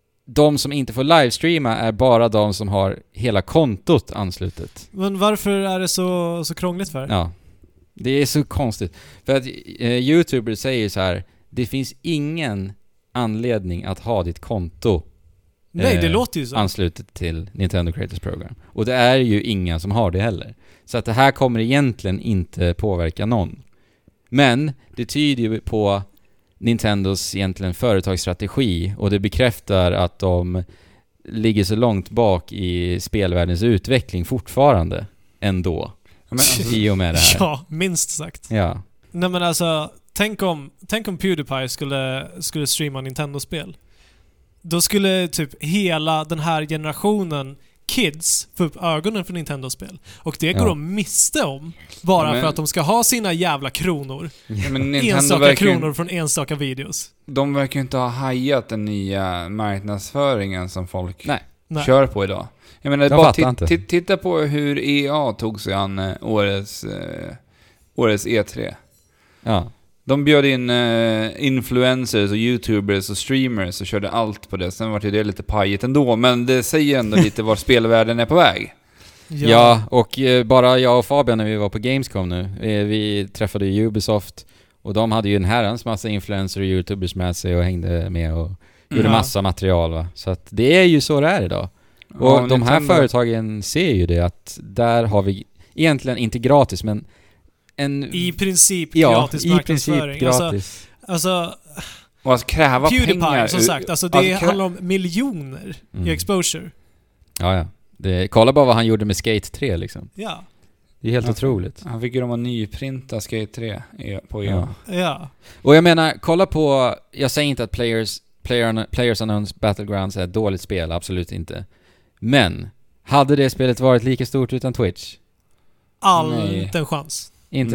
de som inte får livestreama är bara de som har hela kontot anslutet. Men varför är det så krångligt för? Ja, det är så konstigt. För att YouTubers säger så här: det finns ingen anledning att ha ditt konto det låter ju så. anslutet till Nintendo Creators Program. Och det är ju inga som har det heller. Så att det här kommer egentligen inte påverka någon. Men det tyder ju på Nintendos egentligen företagsstrategi, och det bekräftar att de ligger så långt bak i spelvärldens utveckling fortfarande ändå. I och med det här. Ja, minst sagt. Ja. Nej men alltså, tänk om PewDiePie skulle streama Nintendo-spel. Då skulle typ hela den här generationen kids få upp ögonen för Nintendo-spel. Och det går de miste om bara för att de ska ha sina jävla kronor. Men enstaka kronor från enstaka videos. De verkar ju inte ha hajat den nya marknadsföringen som folk kör på idag. Jag menar, bara titta på hur EA tog sig an årets E3. Ja. De bjöd in influencers och YouTubers och streamers och körde allt på det. Sen var det lite pajigt ändå, men det säger ändå lite var spelvärlden är på väg. Ja, och bara jag och Fabian när vi var på Gamescom nu, vi träffade Ubisoft, och de hade ju en herrans massa influencers och YouTubers med sig och hängde med och gjorde massa material, va? Så att det är ju så det är idag. Och de här företagen ser ju det, att där har vi egentligen inte gratis, men i princip gratis marknadsföring. Gratis. Alltså och att kräva PewDiePie, pengar. Som sagt, alltså det handlar om miljoner i exposure. Ja. Kolla bara vad han gjorde med Skate 3 liksom. Ja. Det är helt otroligt. Han fick ju dem att nyprinta Skate 3 på EA. Ja. Och jag menar, kolla på, jag säger inte att PlayerUnknown's Battlegrounds är ett dåligt spel, absolut inte. Men hade det spelet varit lika stort utan Twitch? Inte en chans.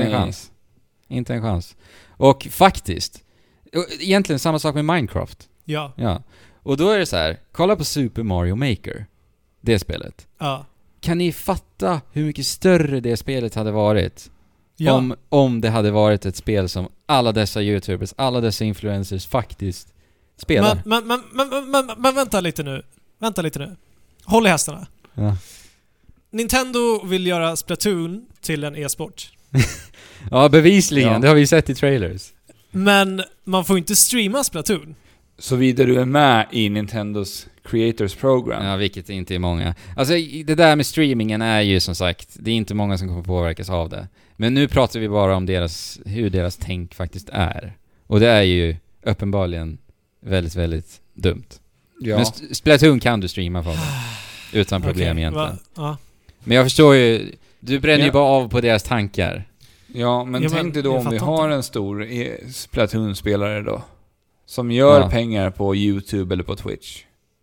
Inte en chans. Och faktiskt, egentligen samma sak med Minecraft. Ja. Och då är det så här, kolla på Super Mario Maker. Det spelet. Ja. Kan ni fatta hur mycket större det spelet hade varit? Ja. Om det hade varit ett spel som alla dessa YouTubers, alla dessa influencers faktiskt spelar. Men vänta lite nu. Håll i hästarna. Ja. Nintendo vill göra Splatoon till en e-sport. Ja, bevisligen. Det har vi sett i trailers. Men man får inte streama Splatoon. Så vidare du är med i Nintendos Creators Program. Ja, vilket inte är många. Alltså, det där med streamingen är ju som sagt, det är inte många som kommer påverkas av det. Men nu pratar vi bara om hur deras tänk faktiskt är. Och det är ju uppenbarligen väldigt, väldigt dumt. Ja. Men Splatoon kan du streama för det. Utan problem egentligen. Men jag förstår ju, du bränner ju bara av på deras tankar. Ja, men tänk dig då om vi har en stor Splatoon-spelare då. Som gör pengar på YouTube eller på Twitch.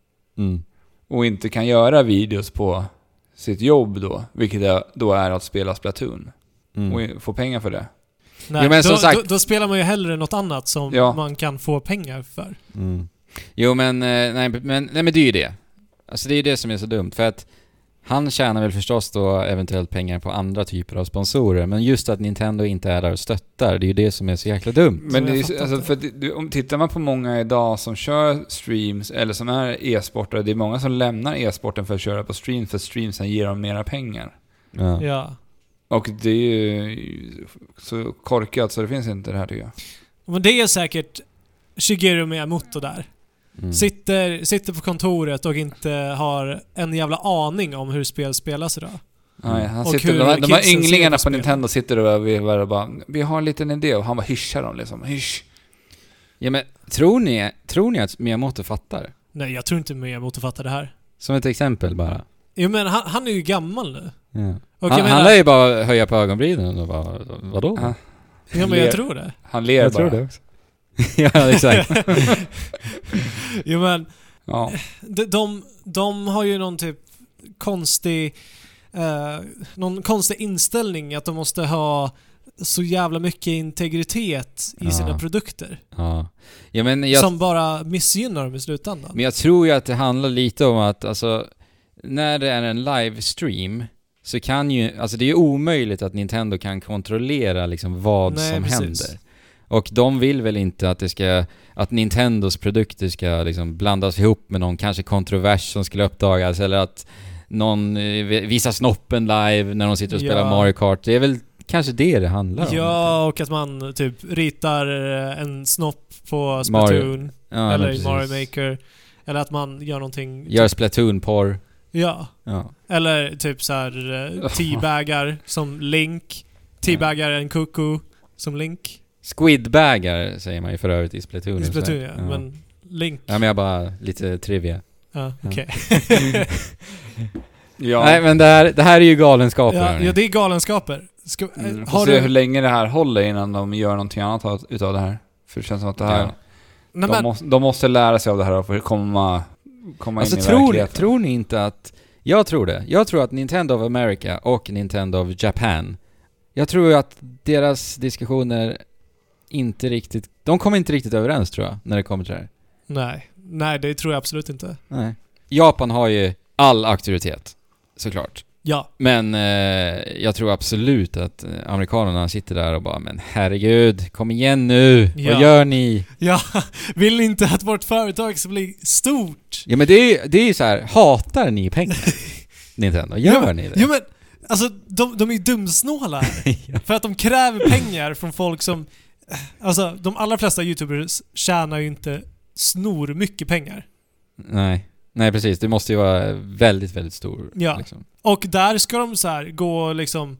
Och inte kan göra videos på sitt jobb då. Vilket då är att spela Splatoon. Och få pengar för det. Nej, men då spelar man ju hellre något annat som man kan få pengar för. Jo, men nej, men det är ju det. Alltså det är ju det som är så dumt, för att han tjänar väl förstås då eventuellt pengar på andra typer av sponsorer, men just att Nintendo inte är där och stöttar, det är ju det som är så jäkla dumt. Men det är, alltså, för om tittar man på många idag som kör streams eller som är e-sportare, det är många som lämnar e-sporten för att köra på stream, för streamsen ger dem mera pengar. Ja. Och det är ju så korkat så det finns inte det här, tycker jag. Men det är säkert Shigeru Miyamoto där. Sitter på kontoret och inte har en jävla aning om hur spel spelas idag. Nej, han sitter, de här ynglingarna på Nintendo sitter och bara, vi har en liten idé, och han bara hyschar dem liksom. Hysch. Ja, men tror ni att Miyamoto fattar? Nej, jag tror inte Miyamoto fattar det här. Som ett exempel bara. Jo, men han är ju gammal nu. Ja. Och han lär ju bara höja på ögonbrynen och bara, vadå? Ja, men jag tror det. Han ler jag bara. Jag tror det också. Ja, exakt. Jo, men ja. De har ju någon typ konstig inställning att de måste ha så jävla mycket integritet i sina produkter. Ja, men som bara missgynnar dem i slutändan. Men jag tror ju att det handlar lite om att alltså, när det är en livestream så kan ju, alltså det är ju omöjligt att Nintendo kan kontrollera liksom vad som händer. Och de vill väl inte att Nintendos produkter ska liksom blandas ihop med någon kanske kontrovers som skulle uppdagas, eller att någon visar snoppen live när de sitter och spelar Mario Kart. Det är väl kanske det handlar om. Ja, och att man typ ritar en snopp på Splatoon eller i Mario Maker, eller att man gör någonting gör Splatoon-porr. Ja. Eller typ så här teabagar som Link, teabagar en kuku som Link. Squidbagar säger man ju för övrigt i Splatoon. I Splatoon, ja. Men Link. Ja, men jag bara lite trivia. Ja, okej. Ja. Nej, men det här är ju galenskaper. Ja, det är galenskaper. Får se hur länge det här håller innan de gör någonting annat utav det här. För det känns som att det här... Ja. De måste lära sig av det här för att komma alltså, in i verkligheten. Tror ni inte att... Jag tror det. Jag tror att Nintendo of America och Nintendo of Japan, jag tror att deras diskussioner inte riktigt... De kommer inte riktigt överens, tror jag, när det kommer till det här. Nej, det tror jag absolut inte. Nej. Japan har ju all auktoritet, såklart. Ja. Men jag tror absolut att amerikanerna sitter där och bara, men herregud, kom igen nu, vad gör ni? Ja, vill inte att vårt företag ska bli stort. Ja, men det är ju så här, hatar ni pengar? Nintendo, gör ni det? Jo, men alltså, de är ju dumsnåla här. Ja. För att de kräver pengar från folk som... Alltså, de allra flesta YouTubers tjänar ju inte snor mycket pengar. Nej, precis. Det måste ju vara väldigt, väldigt stor. Ja. Liksom. Och där ska de så här gå liksom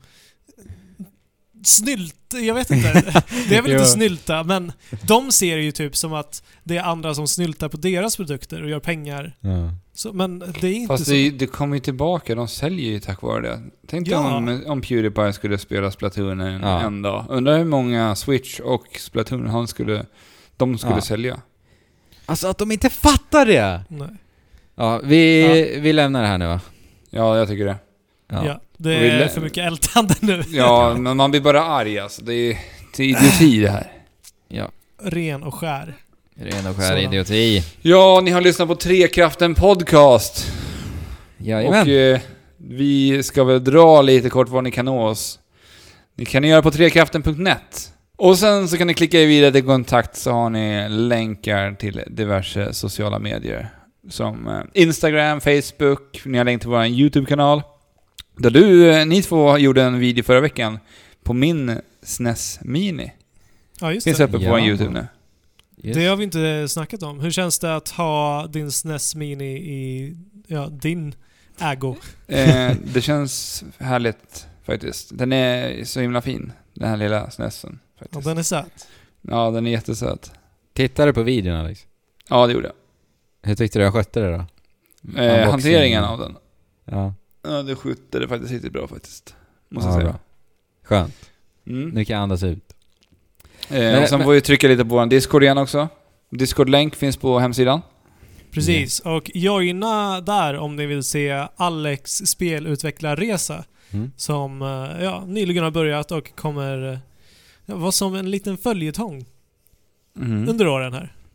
snylta, jag vet inte. Det är väl inte snylta, men de ser ju typ som att det är andra som snyltar på deras produkter och gör pengar. Ja. Så, men det är inte fast så. Det kommer ju tillbaka, de säljer ju tack vare det. Tänk dig om PewDiePie skulle spela Splatoon en dag. Undrar hur många Switch och Splatoon de skulle sälja. Alltså att de inte fattar det! Nej. Ja, vi lämnar det här nu, va? Ja, jag tycker det. Ja, det är för mycket ältande nu. Ja, men man blir bara arg alltså. Det är idioti det här. Ja. Ren och skär idioti. Ja, ni har lyssnat på Trekraften podcast. Jajamän. Och vi ska väl dra lite kort vad ni kan nå oss. Ni kan göra på trekraften.net. Och sen så kan ni klicka vidare till kontakt, så har ni länkar till diverse sociala medier. Som Instagram, Facebook, ni har länk till vår YouTube-kanal. Där ni två gjorde en video förra veckan på min SNES Mini. Ja, just det. Finns uppe på vår YouTube nu. Yes. Det har vi inte snackat om. Hur känns det att ha din SNES Mini i din ägo? Det känns härligt faktiskt. Den är så himla fin, den här lilla SNESen. Ja, den är söt. Ja, den är jättesöt. Tittade du på videon, Alex? Ja, det gjorde jag. Hur tyckte du jag skötte det då? Hanteringen av den. Ja, det skötte det faktiskt riktigt bra faktiskt. Måste jag säga. Bra. Skönt. Nu kan jag andas ut. Och sen får vi trycka lite på vår Discord igen också. Discord-länk finns på hemsidan. Precis, och joina där om ni vill se Alex spelutvecklarresa som nyligen har börjat och kommer vara som en liten följetong under åren här. Ja.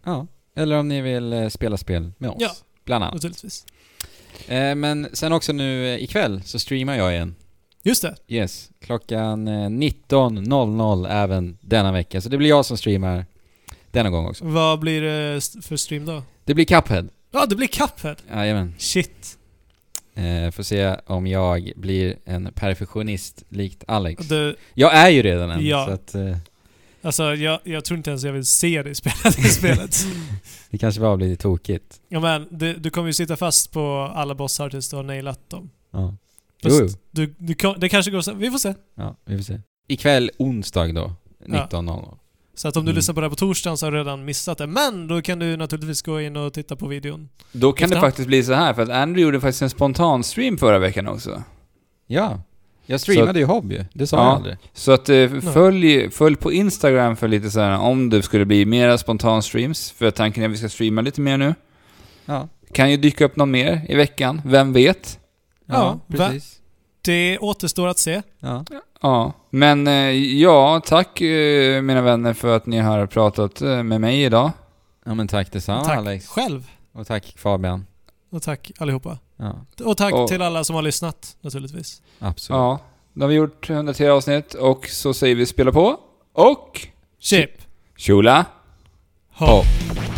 Eller om ni vill spela spel med oss, bland annat. Naturligtvis. Men sen också nu ikväll så streamar jag igen. Just det. Yes, klockan 19.00 även denna vecka. Så det blir jag som streamar denna gång också. Vad blir det för stream då? Det blir Cuphead. Ja, det blir Cuphead. Jajamän. Shit. Får se om jag blir en perfektionist likt Alex. Jag är ju redan en. Ja. Så att, alltså, jag tror inte ens jag vill se dig spela det spelet. Det kanske bara blir tokigt. Ja, men du kommer ju sitta fast på alla bossar tills du har nailat dem. Ja. Det kanske går så. Vi får se. Ja, vi får se. Ikväll onsdag då, 19.00. Så att om du lyssnar på det här på torsdagen så har du redan missat det. Men då kan du naturligtvis gå in och titta på videon. Då kan det faktiskt bli så här, för att Andrew gjorde faktiskt en spontan stream förra veckan också. Ja, jag streamade ju hobby. Det sa jag aldrig. Så att följ på Instagram för lite så här, om det skulle bli mera spontan streams. För tanken är att vi ska streama lite mer nu. Ja. Kan ju dyka upp någon mer i veckan, vem vet? Ja, precis. Det återstår att se. Ja, men tack mina vänner för att ni har pratat med mig idag. Ja, men tack detsamma, tack Alex. Själv. Och tack Fabian. Och tack allihopa. Ja. Och tack till alla som har lyssnat, naturligtvis. Absolut. Ja, då har vi gjort 103 avsnitt och så säger vi spela på och Chip. Tjola. Hopp.